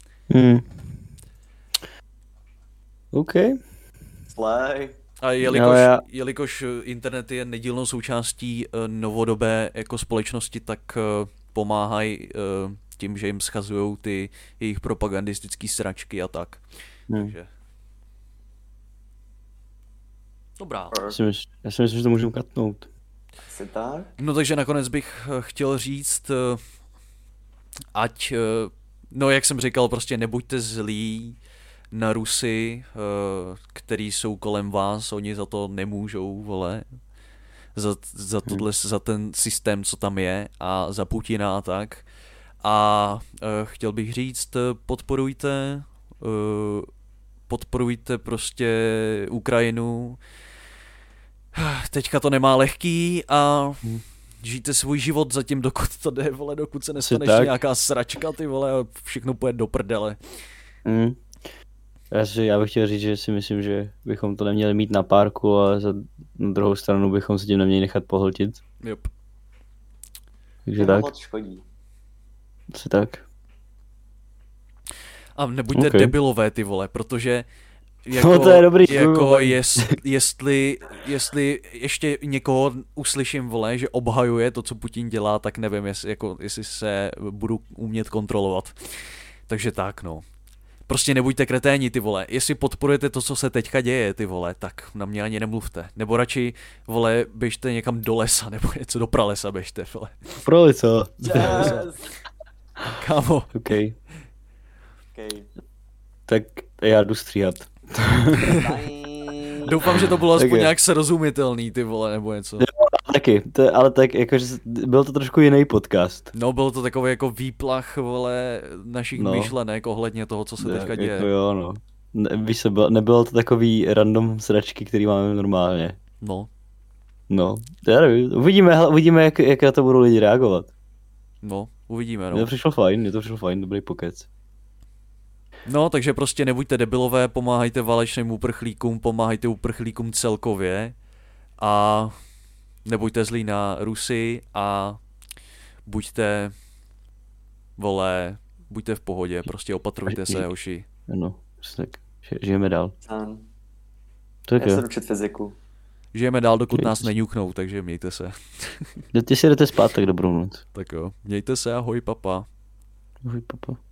OK. Slay. A jelikož internet je nedílnou součástí novodobé jako společnosti, tak pomáhají tím, že jim schazujou ty jejich propagandistické sračky a tak. Takže... Dobrá. Já si myslím, že to můžeme katnout. Asi tak? No takže nakonec bych chtěl říct, ať, no jak jsem říkal, prostě nebuďte zlí na Rusy, který jsou kolem vás, oni za to nemůžou, vole, za ten systém, co tam je a za Putina a tak. A chtěl bych říct, podporujte prostě Ukrajinu. Teďka to nemá lehký a žijte svůj život zatím, dokud to jde, vole, dokud se nestane ještě nějaká sračka, ty vole, a všechno půjde do prdele. Já bych chtěl říct, že si myslím, že bychom to neměli mít na párku, ale na druhou stranu bychom se tím neměli nechat pohltit. Yep. Takže tak. Škodí. Asi tak. A nebuďte debilové, ty vole, protože jako, no to je dobrý. Jako jestli ještě někoho uslyším, vole, že obhajuje to, co Putin dělá, tak nevím, jestli se budu umět kontrolovat. Takže tak, no. Prostě nebuďte kreténi, ty vole. Jestli podporujete to, co se teďka děje, ty vole, tak na mě ani nemluvte. Nebo radši, vole, běžte někam do lesa, nebo něco do pralesa běžte, vole. Pralesa. Yes. Kámo. OK. Okay. Tak já jdu stříhat. Doufám, že to bylo aspoň nějak srozumitelný, ty vole, nebo něco. Taky, ale tak jakože byl to trošku jiný podcast. No, byl to takový jako výplach, vole, našich myšlenek ohledně toho, co se teďka děje. Jako jo, no. Víš se, nebylo to takový random sračky, který máme normálně. No, já nevím, uvidíme jak na to budou lidi reagovat. No, uvidíme, no. Mně to přišlo fajn, dobrý pokec. No, takže prostě nebuďte debilové, pomáhajte válečným uprchlíkům, pomáhajte uprchlíkům celkově a nebuďte zlí na Rusy a buďte v pohodě, prostě opatrujte se, hoši. Ano, tak žijeme dál. Já se jdu čet fyziku. Žijeme dál, dokud nás neňuknou, takže mějte se. Ty si jdete spát, tak dobrou noc. Tak jo, mějte se, ahoj papa. Ahoj papa.